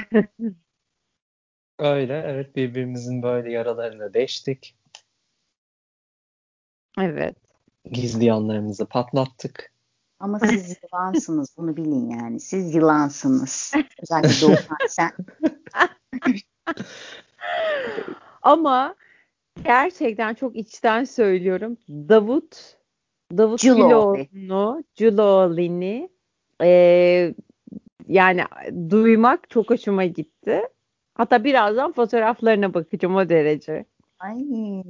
S1: Öyle, evet, birbirimizin böyle yaralarını deştik.
S3: Evet.
S1: Gizli yanlarımızı patlattık.
S2: Ama siz yılansınız, bunu bilin yani. Siz yılansınız. Özellikle Doğukan sen.
S3: Ama gerçekten çok içten söylüyorum. Davut Davut
S2: Culoğlu.
S3: Güloğlu'nu, Güloğlu'ni eee, yani duymak çok hoşuma gitti. Hatta birazdan fotoğraflarına bakacağım, o derece.
S2: Ay.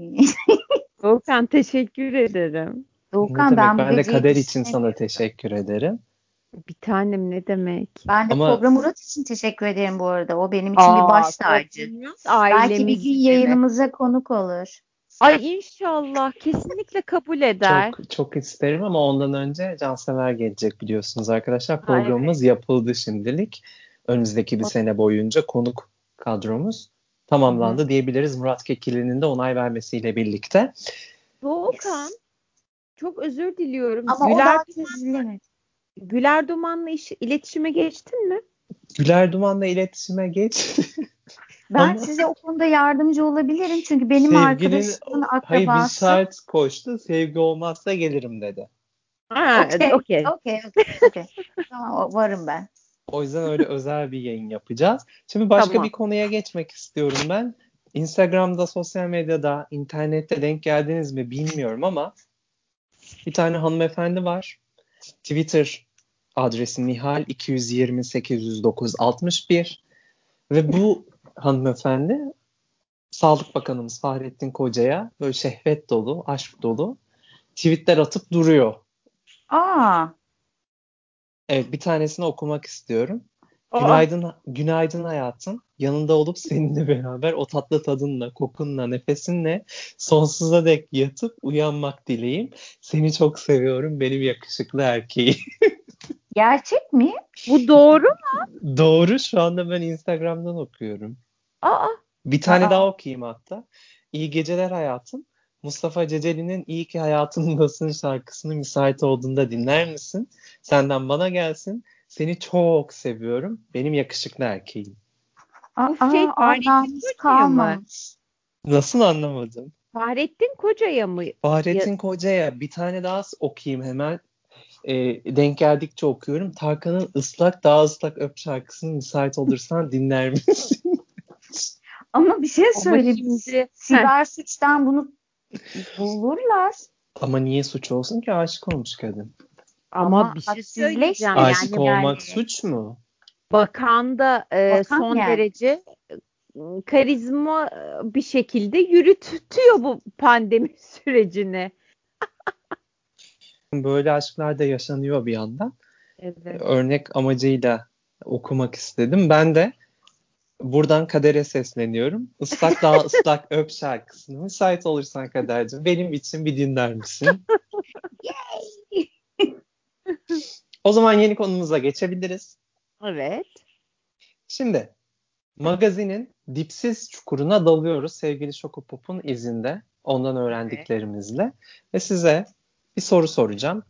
S3: Volkan, teşekkür ederim.
S1: Ne
S2: Doğukan,
S1: demek?
S2: ben bu
S1: Ben de
S2: geceyi
S1: kader için
S2: düşünemiyorum.
S1: sana teşekkür ederim.
S3: Bir tanem, ne demek?
S2: Ben de
S1: Ama
S2: Kobra Murat için teşekkür ederim bu arada. O benim için bir
S3: Aa,
S2: baş tacı.
S3: Kobra
S2: Belki bir
S3: ailemiz
S2: gün
S3: demek.
S2: yayınımıza konuk olur.
S3: Ay, inşallah kesinlikle kabul eder.
S1: çok çok isterim ama ondan önce Cansever gelecek biliyorsunuz arkadaşlar.
S3: Ha, evet.
S1: Programımız yapıldı şimdilik. Önümüzdeki bir sene boyunca konuk kadromuz tamamlandı diyebiliriz. Murat Kekilli'nin de onay vermesiyle birlikte.
S3: Volkan, çok özür diliyorum.
S2: Ama o
S3: Güler
S2: daha çözülemedi.
S3: Güler Duman'la iş, iletişime geçtin mi?
S1: Güler Duman'la iletişime geç.
S2: Ben
S1: Ama
S2: size o konuda yardımcı olabilirim. Çünkü benim
S1: sevgilin,
S2: arkadaşımın
S1: hayır, bir
S2: akrabası.
S1: şart koştu. Sevgi olmazsa gelirim dedi.
S3: Ha,
S2: Okey,
S3: okey.
S2: okey, okey. Tamam, varım ben.
S1: O yüzden öyle özel bir yayın yapacağız. Şimdi başka
S3: Tamam.
S1: bir konuya geçmek istiyorum ben. Instagram'da, sosyal medyada, internette denk geldiniz mi bilmiyorum ama bir tane hanımefendi var. Twitter adresi Nihal iki yüz yirmi sekiz yüz dokuz altmış bir ve bu hanımefendi Sağlık Bakanımız Fahrettin Koca'ya böyle şehvet dolu, aşk dolu tweetler atıp duruyor.
S2: Aa,
S1: Evet, bir tanesini okumak istiyorum.
S3: Aa,
S1: Günaydın, günaydın hayatım. Yanında olup seninle beraber o tatlı tadınla, kokunla, nefesinle sonsuza dek yatıp uyanmak dileğim. Seni çok seviyorum, benim yakışıklı erkeğim.
S2: gerçek mi?
S3: bu doğru.
S1: Doğru, şu anda ben Instagram'dan okuyorum.
S3: Aa,
S1: Bir tane
S2: Aa,
S1: daha okuyayım hatta. İyi geceler hayatım. Mustafa Ceceli'nin İyi ki hayatımdasın şarkısını müsait olduğunda dinler misin? Senden bana gelsin. Seni çok seviyorum. Benim yakışıklı erkeğim.
S2: aa,
S3: bu şey
S2: aa,
S3: Fahrettin
S2: namus
S3: Koca'ya mı?
S2: kalmamış.
S1: Nasıl, anlamadım.
S3: Fahrettin Koca'ya mı? Ya,
S1: Fahrettin Koca'ya bir tane daha okuyayım hemen. E, denk geldikçe okuyorum. Tarkan'ın Islak Daha Islak Öp şarkısını müsait olursan dinler misin?
S2: Ama bir şey
S3: ama
S2: söyleyeyim.
S3: şimdi heh,
S2: Siber suçtan bunu bulurlar.
S1: Ama niye suç olsun ki, aşık olmuş kadın.
S3: ama
S2: Ama
S3: bir şey söyleyeceğim.
S1: Aşık
S2: hadsizleşmesin
S3: Yani
S1: olmak
S2: yani.
S1: suç mu?
S3: bakan da e,
S2: Bakan
S3: son
S2: yani.
S3: derece e, karizma e, bir şekilde yürütüyor bu pandemi sürecini.
S1: Böyle aşklar da yaşanıyor bir yandan.
S3: Evet.
S1: Örnek amacıyla okumak istedim. Ben de buradan Kader'e sesleniyorum. Islak Daha Islak Öp şarkısını müsait olursan Kader'cim benim için bir dinler misin? O zaman yeni konumuza geçebiliriz.
S3: Evet.
S1: Şimdi magazinin dipsiz çukuruna dalıyoruz sevgili Şokopop'un izinde. Ondan
S3: Evet.
S1: öğrendiklerimizle. Ve size bir soru soracağım.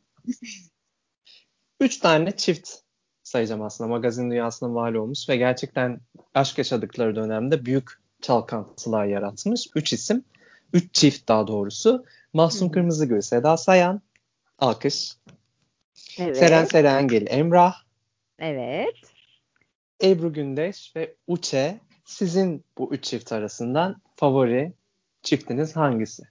S1: Üç tane çift sayacağım aslında, magazin dünyasına mal olmuş ve gerçekten aşk yaşadıkları dönemde büyük çalkantılar yaratmış. Üç isim, üç çift daha doğrusu.
S3: Hı
S1: Mahsun
S3: hı.
S1: Kırmızıgül, Seda Sayan, alkış. Seren
S3: Evet.
S1: Serengil, Emrah,
S3: Evet.
S1: Ebru Gündeş ve Uçe. Sizin bu üç çift arasından favori çiftiniz hangisi?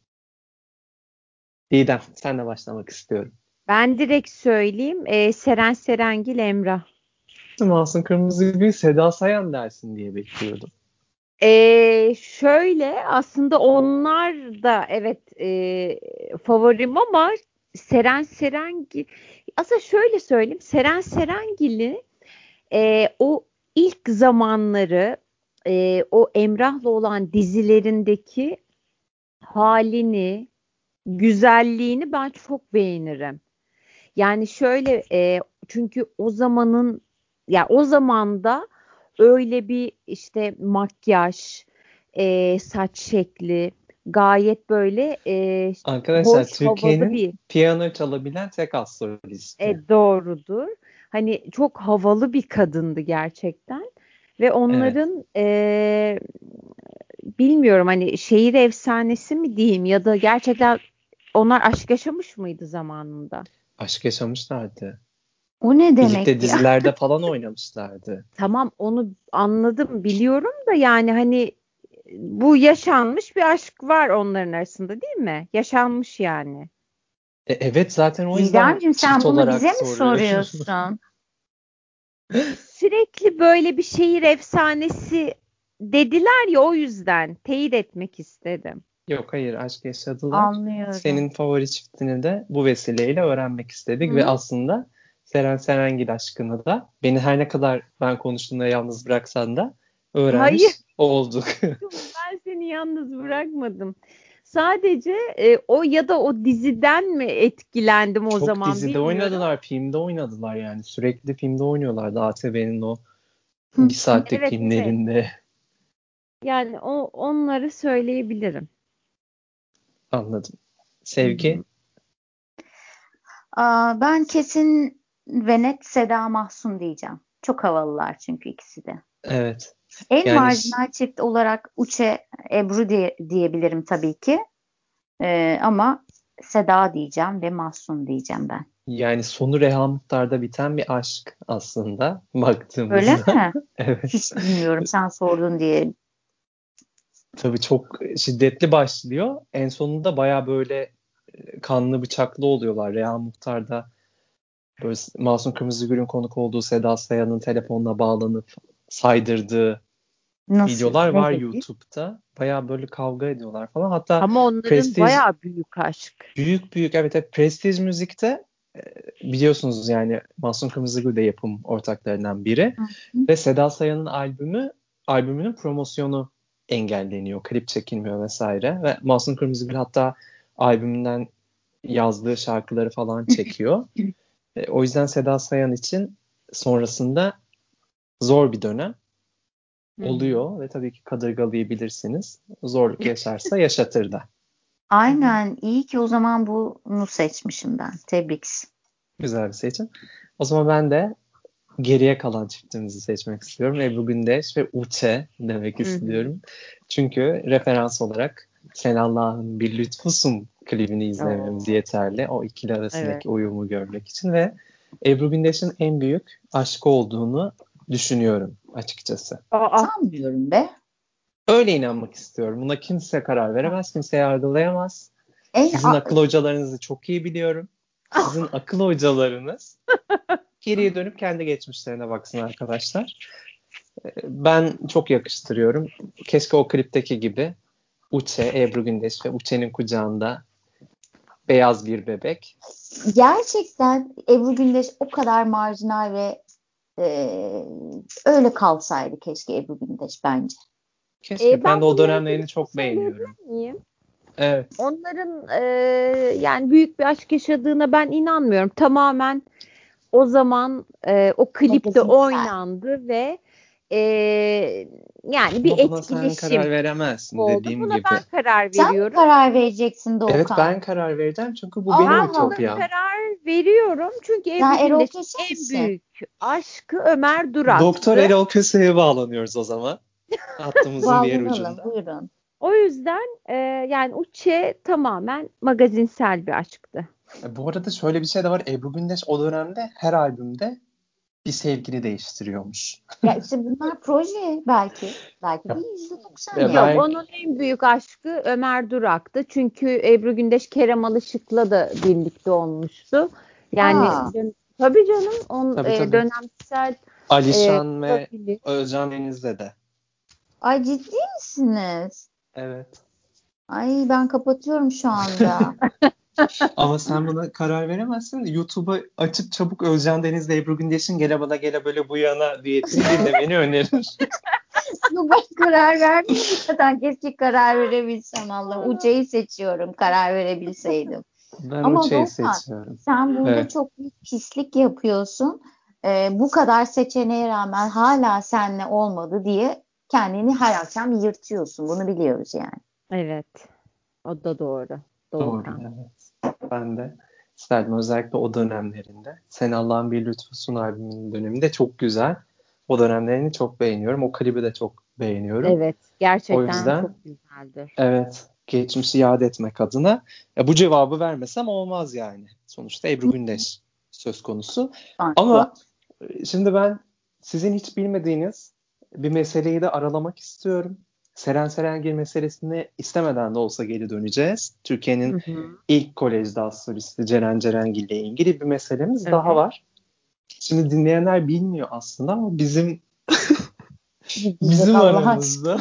S1: Didem, senle başlamak istiyorum.
S3: Ben direkt söyleyeyim. E, Seren Serengil, Emrah.
S1: Mahsun Kırmızıgül, Seda Sayan dersin diye bekliyordum.
S3: E, şöyle aslında onlar da evet e, favorim ama Seren Serengil, aslında şöyle söyleyeyim, Seren Serengil'i e, o ilk zamanları e, o Emrah'la olan dizilerindeki halini, güzelliğini ben çok beğenirim. Yani şöyle e, çünkü o zamanın, ya o zamanda öyle bir işte makyaj, e, saç şekli gayet böyle e,
S1: Arkadaşlar
S3: hoş, havalı
S1: Türkiye'nin
S3: bir
S1: piyano çalabilen tek astrolisti.
S3: e, doğrudur. Hani çok havalı bir kadındı gerçekten. Ve
S1: Evet.
S3: onların e, bilmiyorum hani şehir efsanesi mi diyeyim ya da gerçekten onlar aşk yaşamış mıydı zamanında?
S1: Aşk yaşamışlardı.
S2: O ne
S1: Birlikte
S2: demek ya?
S1: dizilerde falan oynamışlardı.
S3: Tamam onu anladım biliyorum da yani hani bu yaşanmış bir aşk var onların arasında değil mi? Yaşanmış yani.
S1: E, evet zaten o yüzden
S2: Didemciğim
S1: çift
S2: sen bunu
S1: olarak
S2: bize mi
S1: soruyorum.
S2: soruyorsun?
S3: Sürekli böyle bir şehir efsanesi dediler ya o yüzden teyit etmek istedim.
S1: Yok hayır aşk yaşadılar.
S2: Anlıyorum.
S1: Senin favori çiftini de bu vesileyle öğrenmek istedik ve
S3: Hı.
S1: aslında Seren Serengil aşkını da beni her ne kadar ben konuştuğumda yalnız bıraksan da
S3: Hayır.
S1: öğrenmiş olduk.
S3: Ben seni yalnız bırakmadım. Sadece e, o ya da o diziden mi etkilendim o
S1: Çok
S3: zaman
S1: dizide
S3: bilmiyorum.
S1: oynadılar, filmde oynadılar yani. Sürekli filmde oynuyorlardı A T V'nin o bir saatlik
S3: Evet evet.
S1: filmlerinde.
S3: Yani o onları söyleyebilirim.
S1: Anladım.
S3: Hı
S1: Sevgi?
S3: hı.
S2: Aa, ben kesin ve net Seda Mahsun diyeceğim. Çok havalılar çünkü ikisi de.
S1: Evet.
S2: En
S1: Yani ş-
S2: marjinal çift olarak Uçe Ebru diye, diyebilirim tabii ki. Ee, ama Seda diyeceğim ve Mahsun diyeceğim ben.
S1: yani sonu Reha Muhtar'da biten bir aşk aslında
S2: Öyle
S1: baktığımızda.
S2: mi?
S1: Evet.
S2: Hiç bilmiyorum. Sen sordun diye.
S1: Tabii çok şiddetli başlıyor. En sonunda baya böyle e, kanlı bıçaklı oluyorlar. Reha Muhtar'da böyle Masum Kırmızıgül'ün konuk olduğu Seda Sayan'ın telefonla bağlanıp saydırdığı
S2: Nasıl?
S1: videolar
S2: Ne
S1: var
S2: dedi?
S1: YouTube'da. Baya böyle kavga ediyorlar falan. Hatta
S3: Ama onların
S1: Prestige
S3: bayağı büyük aşk.
S1: büyük büyük evet, evet Prestige Müzik'te e, biliyorsunuz yani Masum Kırmızıgül de yapım ortaklarından biri
S2: Hı hı.
S1: ve Seda Sayan'ın albümü albümünün promosyonu engelleniyor. Klip çekilmiyor vesaire ve Masum Kırmızıgül hatta albümünden yazdığı şarkıları falan çekiyor. E, o yüzden Seda Sayan için sonrasında zor bir dönem
S3: Hı hı.
S1: oluyor ve tabii ki kadırgalıyı bilirsiniz. Zorluk yaşarsa yaşatır da.
S3: Hı hı.
S2: Aynen. İyi ki o zaman bunu seçmişim ben. Tebrik.
S1: Güzel bir seçim. O zaman ben de geriye kalan çiftimizi seçmek istiyorum. Ebru Gündeş ve Uçe demek
S3: Hı hı.
S1: istiyorum. Çünkü referans olarak Sen Allah'ın bir lütfusun klibini izlememiz
S3: Oo,
S1: yeterli. O ikili
S3: evet.
S1: arasındaki uyumu görmek için ve Ebru Gündeş'in en büyük aşkı olduğunu düşünüyorum açıkçası.
S3: Aa,
S2: Sanmıyorum be.
S1: Öyle inanmak istiyorum. Buna kimse karar veremez, kimse yargılayamaz.
S2: En
S1: Sizin
S2: a-
S1: akıl hocalarınızı çok iyi biliyorum. Sizin akıl hocalarınız geriye dönüp kendi geçmişlerine baksın arkadaşlar. Ben çok yakıştırıyorum. Keşke o klipteki gibi Uçe, Ebru Gündeş ve Uçe'nin kucağında beyaz bir bebek.
S2: gerçekten Ebru Gündeş o kadar marjinal ve e, öyle kalsaydı keşke Ebru Gündeş bence.
S1: Keşke.
S3: e,
S1: Ben
S3: ben
S1: de o
S3: bununla ilgili
S1: dönemlerini
S3: bir şey
S1: çok
S3: söyleyebilir
S1: beğeniyorum.
S3: miyim?
S1: Evet.
S3: Onların e, yani büyük bir aşk yaşadığına ben inanmıyorum. Tamamen o zaman e, o klipte
S2: Magazinsel.
S3: oynandı ve e, yani bir
S1: Ama buna sen
S3: etkileşim
S1: karar veremezsin
S3: oldu.
S1: dediğim
S3: Buna
S1: gibi.
S3: ben karar
S2: Sen mi
S3: veriyorum.
S2: karar vereceksin
S1: Evet
S2: Doğukan?
S1: ben karar vereceğim çünkü bu benim
S2: Allah
S3: Ben buna
S2: Allah.
S1: ütopyam.
S3: karar veriyorum. Çünkü
S2: Sen
S3: Ebru
S2: Erol
S3: Gündeş'in
S2: Köse
S3: en
S2: misin?
S3: büyük aşkı Ömer
S1: Doktor
S3: Durak'tı.
S1: Erol Köse'ye bağlanıyoruz o zaman. Hattımızın diğer
S2: Bağlanalım.
S1: ucunda.
S2: Buyurun.
S3: O yüzden e, yani Uçe tamamen magazinsel bir aşktı.
S1: E, Bu arada şöyle bir şey de var. Ebru Gündeş o dönemde her albümde bir sevgili değiştiriyormuş.
S2: Ya işte bunlar proje belki. Belki
S1: Ya,
S2: değil yüzde doksan
S1: ya
S3: Yok,
S2: yani.
S1: ben
S3: onun en büyük aşkı Ömer Durak'tı. Çünkü Ebru Gündeş Kerem Alışık'la da birlikte olmuştu. Yani
S2: Aa,
S3: dön- tabii canım on
S1: tabii
S3: e,
S1: tabii.
S3: dönemsel e,
S1: Alişan ve
S3: olabilir.
S1: Özcan Deniz'le de.
S2: ay ciddi misiniz?
S1: Evet.
S2: Ay ben kapatıyorum şu anda.
S1: Ama sen buna karar veremezsin. YouTube'a açıp çabuk Özcan Deniz'le Ebru Gündeş'in Gele Bana Gele Böyle Bu Yana diyetini dinlemeni önerir.
S2: Yok ben karar vermiyorum zaten. Keşke karar verebilsem Allah. Uçayı seçiyorum karar verebilseydim.
S1: Ben
S2: Ama
S1: Uçe'yi
S2: Doğukan
S1: seçiyorum.
S2: sen burada
S1: Evet.
S2: çok büyük pislik yapıyorsun. Ee, bu kadar seçeneğe rağmen hala seninle olmadı diye kendini her akşam yırtıyorsun. Bunu biliyoruz yani.
S3: Evet. O da doğru.
S1: Doğru,
S3: Doğukan.
S1: evet. Ben de isterdim özellikle o dönemlerinde. Sen Allah'ın Bir Lütfusun albümünün döneminde çok güzel. O dönemlerini çok beğeniyorum. O klibi de çok beğeniyorum.
S3: Evet.
S1: O
S3: Gerçekten
S1: yüzden
S3: çok güzeldir.
S1: evet, geçmişi yad etmek adına ya bu cevabı vermesem olmaz yani. Sonuçta Ebru Gündeş söz konusu. Ama e, şimdi ben sizin hiç bilmediğiniz bir meseleyi de aralamak istiyorum. Seren Serengil meselesine istemeden de olsa geri döneceğiz. Türkiye'nin
S3: Hı hı.
S1: ilk kolej dans solisti Ceren Cerengil ile ilgili bir meselemiz
S3: Evet.
S1: daha var. Şimdi dinleyenler bilmiyor aslında ama bizim bizim
S2: Allah
S1: aramızda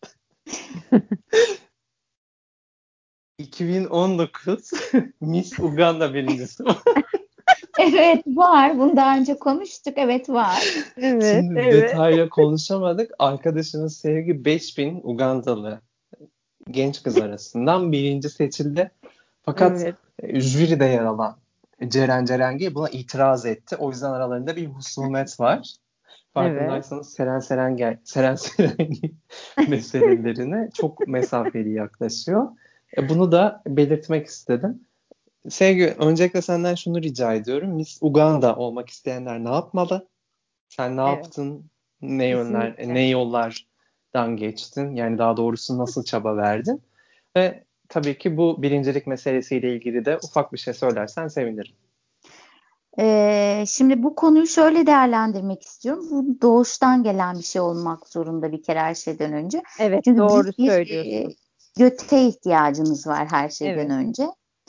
S1: iki bin on dokuz Miss Uganda birincisi var.
S2: Evet var. Bunu daha önce konuştuk. Evet var.
S3: Evet.
S1: Şimdi
S3: Evet.
S1: detaylı konuşamadık. Arkadaşımız Sevgi beş bin Ugandalı genç kız arasından birinci seçildi. Fakat
S3: Evet.
S1: e, jüride yer alan Ceren Cerengil buna itiraz etti. O yüzden aralarında bir husumet var.
S3: Evet.
S1: Farkındaysanız Seren Serengil, Seren Serengil meselelerine çok mesafeli yaklaşıyor. E, bunu da belirtmek istedim. Sevgi, öncelikle senden şunu rica ediyorum. Miss Uganda olmak isteyenler ne yapmalı? Sen ne
S3: Evet.
S1: yaptın? Ne yönler,
S3: Kesinlikle.
S1: ne yollardan geçtin? Yani daha doğrusu nasıl çaba verdin? Ve tabii ki bu birincilik meselesiyle ilgili de ufak bir şey söylersen sevinirim.
S2: Ee, şimdi bu konuyu şöyle değerlendirmek istiyorum. Bu doğuştan gelen bir şey olmak zorunda bir kere her şeyden önce.
S3: Evet.
S2: Çünkü
S3: Doğru
S2: büyük bir e,
S3: söylüyorsun.
S2: göte ihtiyacımız var her şeyden
S3: Evet.
S2: önce.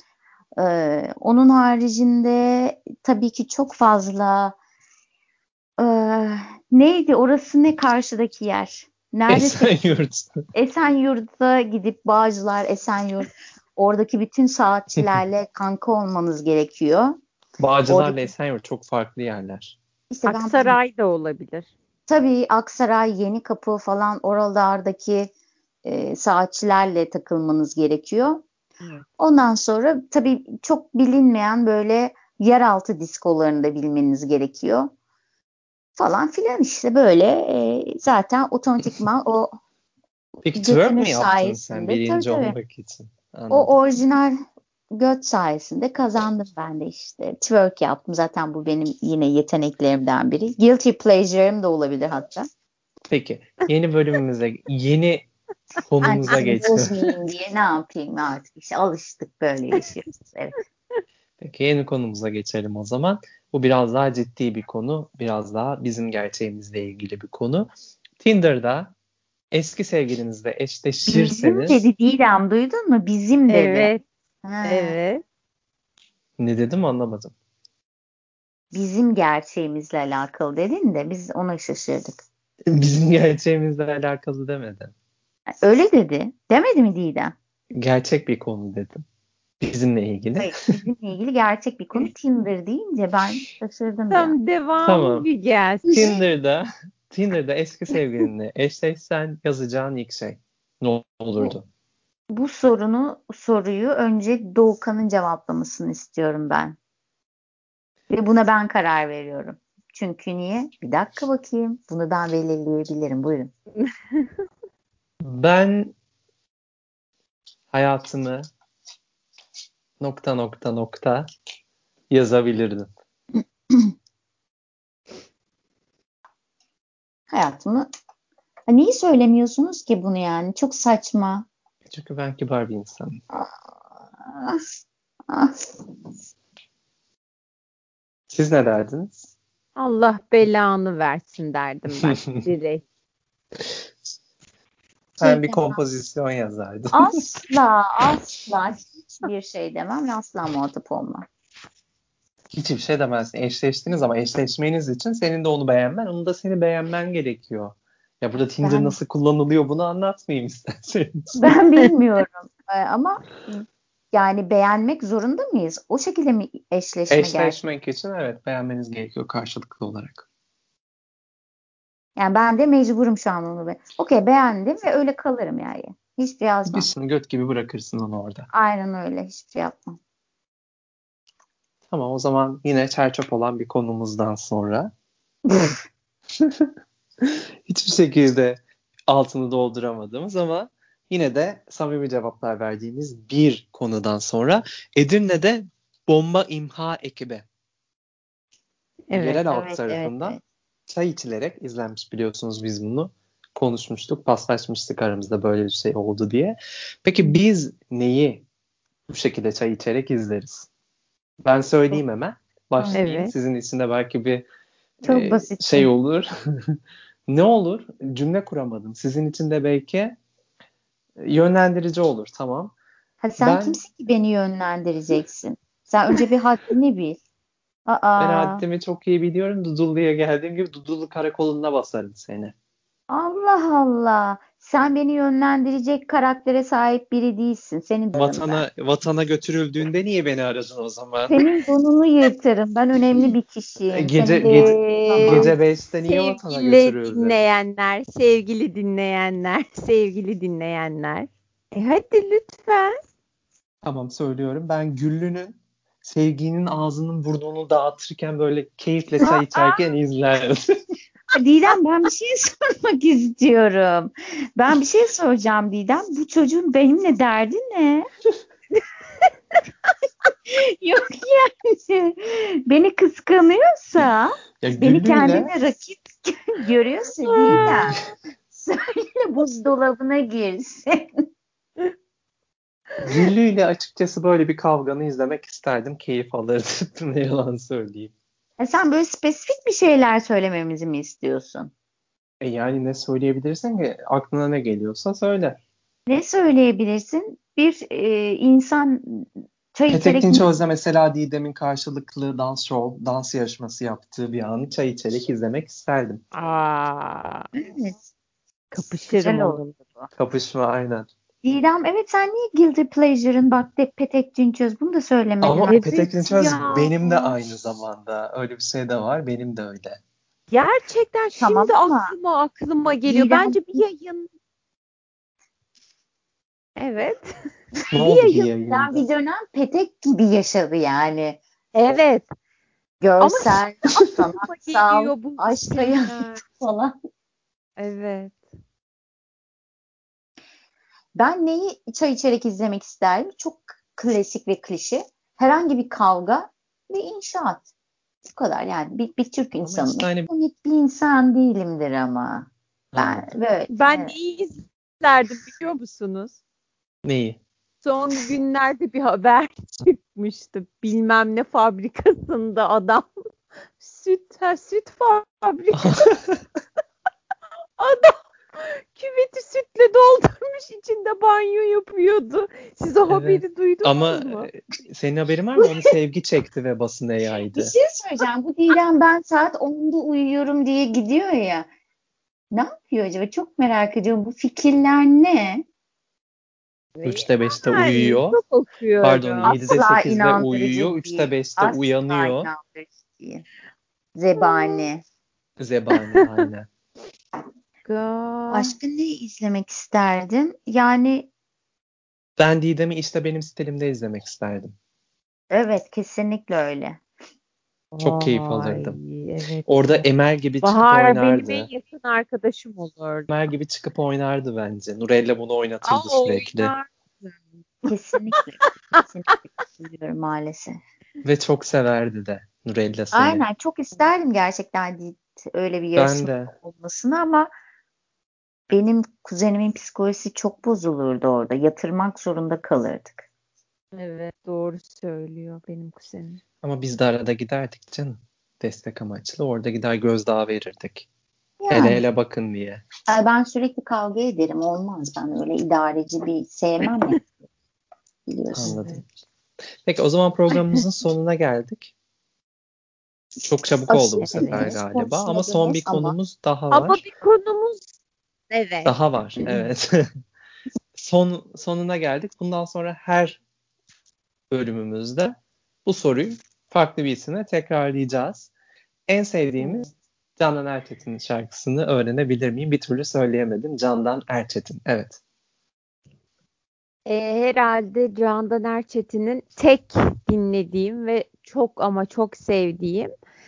S2: Ee, onun haricinde tabii ki çok fazla e, neydi orası ne karşıdaki yer? Nerede seçtin?
S1: Esenyurt.
S2: Esenyurt'a gidip Bağcılar, Esenyurt oradaki bütün saatçilerle kanka olmanız gerekiyor.
S1: Bağcılar'la
S2: Oradaki
S1: Esenyurt çok farklı yerler.
S2: işte ben
S3: Aksaray da olabilir.
S2: tabii Aksaray, Yenikapı falan oralardaki e, saatçilerle takılmanız gerekiyor.
S3: Evet.
S2: Ondan sonra tabii çok bilinmeyen böyle yeraltı diskolarını da bilmeniz gerekiyor. Falan filan işte böyle e, zaten otomatikman o
S1: Peki twerk
S2: götünün
S1: mi yaptın sen
S2: sayesinde tabii
S1: birinci
S2: tabii
S1: olmak için?
S2: o
S1: Anladım.
S2: orijinal göt sayesinde kazandım ben de işte. Twerk yaptım zaten bu benim yine yeteneklerimden biri. Guilty pleasure'ım da olabilir hatta.
S1: Peki yeni bölümümüze, yeni konumuza
S2: Annesini
S1: geçiyorum.
S2: bozmayayım diye ne yapayım artık işte alıştık böyle yaşıyoruz. Evet.
S1: Peki yeni konumuza geçelim o zaman. Bu biraz daha ciddi bir konu. Biraz daha bizim gerçeğimizle ilgili bir konu. Tinder'da eski sevgilinizle
S2: Bizim
S1: eşleşirseniz
S2: dedi Didem duydun mu? Bizim dedi.
S3: Evet.
S2: Ha,
S3: Evet.
S1: ne dedim anlamadım.
S2: bizim gerçeğimizle alakalı dedin de biz ona şaşırdık.
S1: Bizim gerçeğimizle alakalı demedim.
S2: Öyle dedi. Demedi mi Didem?
S1: Gerçek bir konu dedim. Bizimle ilgili.
S2: Hayır, bizimle ilgili gerçek bir konu Tinder deyince ben şaşırdım bir an.
S3: Tam devamı
S1: Tamam.
S3: bir gelsin.
S1: Tinder'da Tinder'da eski sevgilinle eşleşsen yazacağın ilk şey ne
S2: Bu,
S1: olurdu?
S2: bu sorunu soruyu önce Doğukan'ın cevaplamasını istiyorum ben. Ve buna ben karar veriyorum. Çünkü niye? Bir dakika bakayım. Bunu ben belirleyebilirim. Buyurun.
S1: Ben hayatımı nokta nokta nokta yazabilirdim.
S2: Hayatımı. Ha, niye söylemiyorsunuz ki bunu yani? Çok saçma.
S1: Çünkü ben kibar bir insanım.
S2: Ah, ah.
S1: Siz ne derdiniz?
S3: Allah belanı versin derdim ben direkt.
S1: Ben bir
S2: Şey,
S1: kompozisyon yazardım.
S2: asla asla hiçbir şey demem ve asla muhatap olmam.
S1: Hiçbir şey demezsin. Eşleştiniz ama eşleşmeniz için senin de onu beğenmen, onun da seni beğenmen gerekiyor. Ya burada Tinder
S2: Ben
S1: nasıl kullanılıyor bunu anlatmayayım isterseniz.
S2: ben bilmiyorum. Ee, ama yani beğenmek zorunda mıyız? O şekilde mi eşleşme gerçek?
S1: Eşleşmek için evet beğenmeniz gerekiyor karşılıklı olarak.
S2: Yani ben de mecburum şu an onu. Be Okey beğendim ve öyle kalırım yani. Hiçbir şey yazmam.
S1: Gibisini göt gibi bırakırsın onu orada.
S2: Aynen öyle. Hiçbir şey yapmam.
S1: Tamam o zaman yine çerçöp olan bir konumuzdan sonra hiçbir şekilde altını dolduramadığımız ama yine de samimi cevaplar verdiğimiz bir konudan sonra Edirne'de bomba imha ekibi
S3: Evet.
S1: yerel halk
S2: Evet,
S1: tarafından
S2: evet,
S1: çay içilerek izlenmiş, biliyorsunuz biz bunu konuşmuştuk, paslaşmıştık aramızda böyle bir şey oldu diye. Peki biz neyi bu şekilde çay içerek izleriz? Ben söyleyeyim hemen. Başlayayım.
S3: Evet.
S1: Sizin için de belki bir
S2: Çok
S1: e,
S2: basit.
S1: şey olur. Ne olur? Cümle kuramadım. Sizin için de belki yönlendirici olur. Tamam.
S2: Ha, sen
S1: Ben
S2: kimsin ki beni yönlendireceksin? Sen önce bir haddini bil.
S1: ben
S2: Aa,
S1: haddimi çok iyi biliyorum. Dudullu'ya geldiğim gibi Dudullu karakoluna basarım seni.
S2: Allah Allah. Sen beni yönlendirecek karaktere sahip biri değilsin. Senin ben.
S1: Vatana vatana götürüldüğünde niye beni aradın o zaman?
S2: Senin donunu yırtarım. Ben önemli bir
S1: E,
S2: kişiyim.
S1: Gece
S2: Senin
S1: gece
S2: tamam.
S3: Ee,
S1: gece beşte niye vatana
S3: sevgili
S1: götürüldün?
S3: dinleyenler, sevgili dinleyenler, sevgili dinleyenler. E hadi lütfen.
S1: Tamam, söylüyorum. Ben Güllü'nün Sevgi'nin ağzının burnunu dağıtırken böyle keyifle çay içerken izlerdim.
S2: Didem, ben bir şey sormak istiyorum. Ben bir şey soracağım Didem. Bu çocuğun benimle derdi ne? Yok yani. Beni kıskanıyorsa,
S1: Ya
S2: beni
S1: Güllü'yle
S2: kendine rakip görüyorsa Didem, söyle buzdolabına girsin.
S1: Güllü'yle açıkçası böyle bir kavganı izlemek isterdim. Keyif alırdım. Ne yalan söyleyeyim.
S2: E sen böyle spesifik bir şeyler söylememizi mi istiyorsun?
S1: E yani ne söyleyebilirsin ki? Aklına ne geliyorsa söyle.
S2: Ne söyleyebilirsin? Bir e, insan çay
S1: Petek
S2: içerek
S1: Dinçöz'le mesela Didem'in karşılıklı dans show, dans yarışması yaptığı bir anı çay içerek izlemek isterdim.
S3: Aa,
S2: evet,
S3: kapışırım
S2: güzel
S3: onunla.
S2: oldu bu.
S1: Kapışma aynen.
S2: Didem, evet, sen niye guilty pleasure'ın bak de Petek Dinçöz, bunu da söylemedin.
S1: Ama
S3: Evet
S1: Petek Dinçöz
S3: ya.
S1: benim de aynı zamanda. Öyle bir şey de var. Benim de öyle.
S3: Gerçekten
S2: Tamam
S3: şimdi
S2: ama
S3: aklıma aklıma geliyor.
S2: Didem,
S3: Bence bir yayın. Evet.
S1: Ne
S3: Bir
S1: oldu bir
S3: yayın.
S2: Didem
S1: yayında?
S2: bir dönem Petek gibi yaşadı yani.
S3: Evet. Ama
S2: Görsel,
S3: şimdi aklıma
S2: sanatsal,
S3: geliyor bu
S2: aşk
S3: şeyler.
S2: hayatı falan.
S3: Evet.
S2: Ben neyi çay içerek izlemek isterdim? Çok klasik ve klişe. Herhangi bir kavga ve inşaat. Bu kadar yani, bir, bir Türk
S1: Ama
S2: insanı.
S1: işte hani
S2: Komik bir insan değilimdir ama.
S1: ha,
S2: Ben böyle,
S3: Ben
S2: evet.
S3: neyi izlerdim biliyor musunuz?
S1: neyi?
S3: Son günlerde bir haber çıkmıştı. Bilmem ne fabrikasında adam süt, ha, süt fabrikası adam küveti sütle doldurmuş, içinde banyo yapıyordu. Siz o
S1: Evet.
S3: haberi duydunuz
S1: Ama
S3: mu?
S1: e, senin haberin var mı? Onu Sevgi çekti ve basına
S2: Bir
S1: yaydı.
S2: şey söyleyeceğim. Bu Didem ben saat onda uyuyorum diye gidiyor ya. Ne yapıyor acaba? Çok merak ediyorum. Bu fikirler ne?
S1: Üçte beşte
S3: Yani
S1: uyuyor.
S3: çok
S1: Pardon,
S3: okuyorum.
S1: yedide
S2: Asla
S1: sekizde
S2: inandırıcı
S1: uyuyor. Üçte
S2: değil.
S1: beşte
S2: Asla
S1: uyanıyor.
S2: inandırıcı değil. Zebani.
S1: Zebani aynen.
S3: Ga-
S2: Başka ne izlemek isterdim? Yani
S1: Ben Didem'i işte benim stilimde izlemek isterdim.
S2: evet, kesinlikle öyle.
S1: Çok keyif
S3: Ay,
S1: alırdım.
S3: evet
S1: Orada
S3: ya.
S1: Emel gibi çıkıp
S3: Bahar benim en
S1: oynardı.
S3: yakın arkadaşım olurdu.
S1: Emel gibi çıkıp oynardı bence. Nurella bunu oynatırdı
S3: Aa,
S1: sürekli.
S3: oynar.
S2: Kesinlikle. Kesinlikle katılıyorum maalesef.
S1: Ve çok severdi de Nurella seni.
S2: Aynen, çok isterdim gerçekten değil, öyle bir
S1: Ben
S2: yarışma
S1: de.
S2: olmasını ama benim kuzenimin psikolojisi çok bozulurdu orada. Yatırmak zorunda kalırdık.
S3: Evet, doğru söylüyor benim kuzenim.
S1: Ama biz de arada giderdik canım. Destek amaçlı. Orada gider gözdağı verirdik. Hele
S2: Yani
S1: hele bakın diye.
S2: ay, ben sürekli kavga ederim. Olmaz. Ben öyle idareci bir sevmem ya, biliyorsun.
S1: Anladım.
S3: Evet.
S1: Peki o zaman programımızın sonuna geldik. Çok çabuk oldu bu
S2: Aşırı
S1: sefer
S2: demiş,
S1: galiba. Ama son bir
S2: konuşmadınız ama
S1: konumuz daha
S3: Ama
S1: var.
S3: bir konumuz, evet.
S1: Daha var. Evet. Son sonuna geldik. Bundan sonra her bölümümüzde bu soruyu farklı bir isimle tekrarlayacağız. En sevdiğimiz Candan Erçetin'in şarkısını öğrenebilir miyim? Bir türlü söyleyemedim. Candan Erçetin. Evet.
S3: E, herhalde Candan Erçetin'in tek dinlediğim ve çok ama çok sevdiğim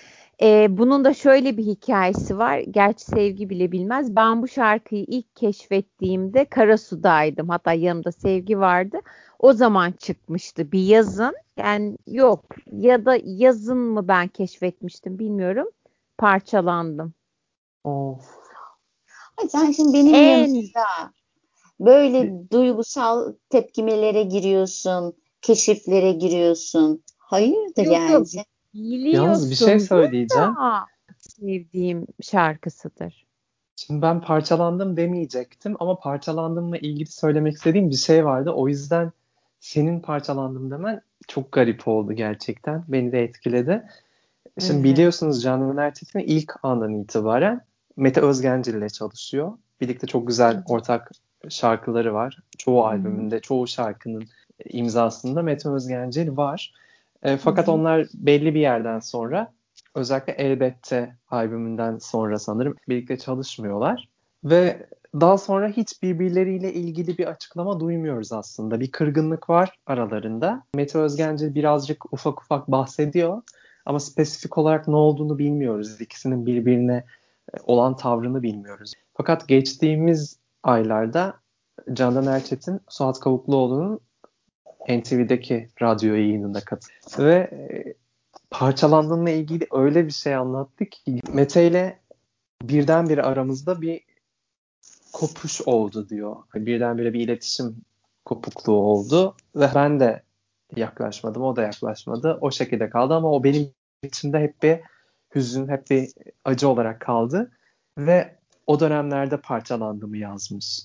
S3: e, bunun da şöyle bir hikayesi var. Gerçi Sevgi bile bilmez. Ben bu şarkıyı ilk keşfettiğimde Karasu'daydım. Hatta yanımda Sevgi vardı. O zaman çıkmıştı bir yazın. Yani yok ya da yazın mı ben keşfetmiştim bilmiyorum. Parçalandım.
S1: Of.
S2: Ay, sen şimdi benim
S3: En
S2: yanımda böyle duygusal tepkimelere giriyorsun, keşiflere giriyorsun. Hayırdır
S3: yok
S2: yani?
S3: yok
S2: Sen-
S1: Yalnız bir şey
S3: biliyorsundur
S1: söyleyeceğim.
S3: da sevdiğim şarkısıdır.
S1: Şimdi ben parçalandım demeyecektim ama parçalandımla ilgili söylemek istediğim bir şey vardı. O yüzden senin parçalandım demen çok garip oldu gerçekten. Beni de etkiledi. Şimdi
S3: Evet.
S1: biliyorsunuz Candan Erçetin ilk andan itibaren Mete Özgencil ile çalışıyor. Birlikte çok güzel ortak şarkıları var. Çoğu albümünde, çoğu şarkının imzasında Mete Özgencil var. E, fakat onlar belli bir yerden sonra, özellikle Elbette albümünden sonra sanırım birlikte çalışmıyorlar. Ve daha sonra hiç birbirleriyle ilgili bir açıklama duymuyoruz aslında. Bir kırgınlık var aralarında. Mete Özgencil birazcık ufak ufak bahsediyor. Ama spesifik olarak ne olduğunu bilmiyoruz. İkisinin birbirine olan tavrını bilmiyoruz. Fakat geçtiğimiz aylarda Candan Erçetin, Suat Kavukluoğlu'nun N T V'deki radyo yayınında katıldı. Ve e, parçalandığımla ilgili öyle bir şey anlattı ki Mete ile birdenbire aramızda bir kopuş oldu diyor. Birdenbire bir iletişim kopukluğu oldu ve ben de yaklaşmadım, o da yaklaşmadı. O şekilde kaldı ama o benim içimde hep bir hüzün, hep bir acı olarak kaldı ve o dönemlerde parçalandığımı yazmış.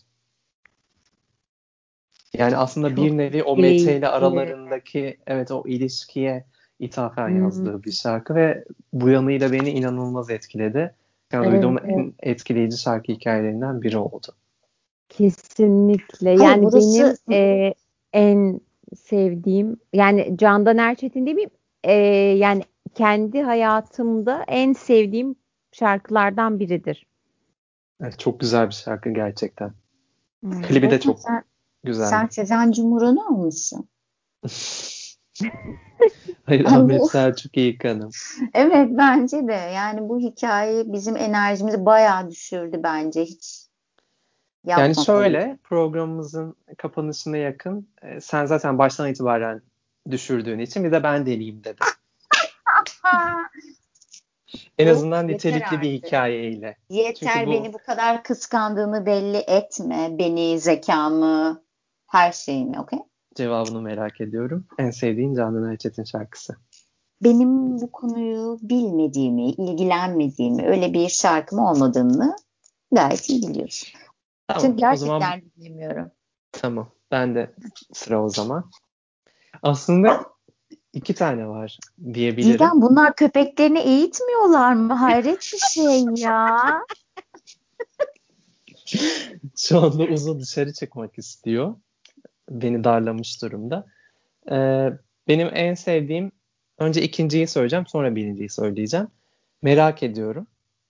S1: Yani aslında
S3: Çok
S1: bir nevi o Mete ile
S3: keyifli.
S1: aralarındaki evet o ilişkiye ithafen
S3: Hmm,
S1: yazdığı bir şarkı ve bu yanıyla beni inanılmaz etkiledi. Yani
S3: evet,
S1: duyduğum en etkileyici şarkı hikayelerinden biri oldu.
S3: kesinlikle.
S2: Hayır,
S3: Yani benim
S2: burası
S3: e, en sevdiğim yani Candan Erçetin demeyeyim e, yani kendi hayatımda en sevdiğim şarkılardan biridir.
S1: Evet, çok güzel bir şarkı gerçekten.
S3: Hmm.
S1: Klibi de
S2: resmen
S1: çok
S2: sen, sen
S1: güzeldi.
S2: Sezen Cumhur'unu almışsın.
S1: Hayır,
S2: Yani
S1: Ahmet
S2: bu
S1: Selçuk İlkan'ım.
S2: evet, bence de yani bu hikaye bizim enerjimizi bayağı düşürdü bence. Hiç
S1: Yani
S2: yapmamalıyız.
S1: şöyle programımızın kapanışına yakın e, sen zaten baştan itibaren düşürdüğün için bir de ben deneyeyim dedim. En
S2: Yok,
S1: azından
S2: yeter
S1: nitelikli bir
S2: artık.
S1: hikayeyle. Çünkü
S2: Yeter,
S1: bu
S2: beni bu kadar kıskandığını belli etme. Beni, zekamı, her şeyimi, okey?
S1: cevabını merak ediyorum. En sevdiğin Candan Erçetin şarkısı.
S2: Benim bu konuyu bilmediğimi, ilgilenmediğimi, öyle bir şarkım olmadığını gayet iyi biliyorsun. Çünkü
S1: Tamam, o zaman
S2: gerçekten bilmiyorum.
S1: tamam. Ben de sıra o zaman. Aslında iki tane var diyebilirim.
S2: Didem, bunlar köpeklerini eğitmiyorlar mı? Hayret bir şey ya.
S1: Şu anda Uzun dışarı çıkmak istiyor. Beni darlamış durumda. Ee, benim en sevdiğim, önce ikinciyi söyleyeceğim, sonra birinciyi söyleyeceğim. Merak ediyorum.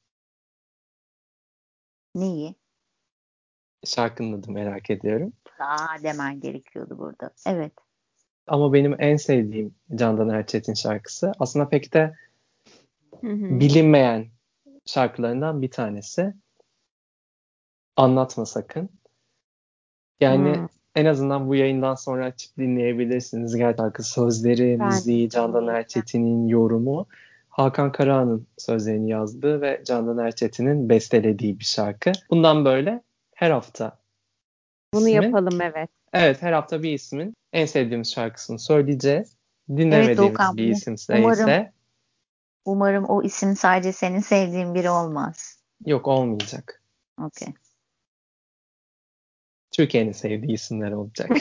S2: Neyi?
S1: Şarkının adı Merak Ediyorum.
S2: Daha demen gerekiyordu burada. Evet.
S1: Ama benim en sevdiğim Candan Erçetin şarkısı aslında pek de
S3: Hı hı.
S1: bilinmeyen şarkılarından bir tanesi. Anlatma Sakın. Yani
S3: Hı.
S1: en azından bu yayından sonra açıp dinleyebilirsiniz. Gerçekten sözleri,
S3: Ben de
S1: müziği, Candan
S3: dinleyeceğim.
S1: Erçetin'in yorumu. Hakan Karahan'ın sözlerini yazdığı ve Candan Erçetin'in bestelediği bir şarkı. Bundan böyle her hafta
S3: Bunu
S1: ismin,
S3: yapalım, evet.
S1: evet her hafta bir ismin en sevdiğimiz şarkısını söyleyeceğiz.
S2: Evet
S1: Dinlemediğimiz
S2: Doğukan,
S1: bir
S2: um-
S1: isimse
S2: umarım
S1: ise
S2: umarım o isim sadece senin sevdiğin biri olmaz.
S1: yok olmayacak.
S2: Okey.
S1: Türkiye'nin sevdiği isimler olacak.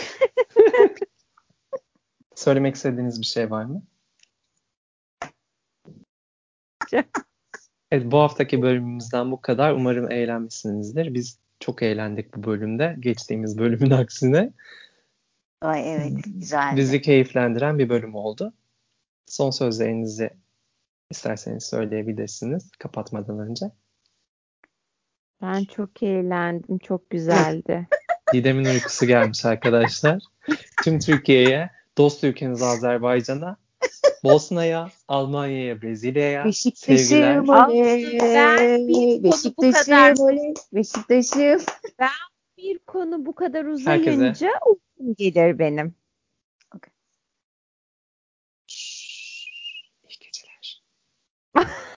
S1: Söylemek istediğiniz bir şey var mı? Evet, bu haftaki bölümümüzden bu kadar. Umarım eğlenmişsinizdir. Biz çok eğlendik bu bölümde. Geçtiğimiz bölümün aksine.
S2: Ay evet, güzeldi.
S1: Bizi keyiflendiren bir bölüm oldu. Son sözlerinizi isterseniz söyleyebilirsiniz kapatmadan önce.
S3: Ben çok eğlendim. Çok güzeldi.
S1: Didem'in uykusu gelmiş arkadaşlar. Tüm Türkiye'ye, dost ülkeniz Azerbaycan'a Bosna'ya, Almanya'ya, Brezilya'ya
S2: Beşiktaş'ım
S1: sevgiler.
S2: oley.
S3: Ben bir konu bu
S2: Beşiktaş'ım
S3: kadar
S2: oley. Beşiktaş'ım.
S3: ben bir konu bu kadar
S1: Herkese
S3: uzayınca uykum gelir benim.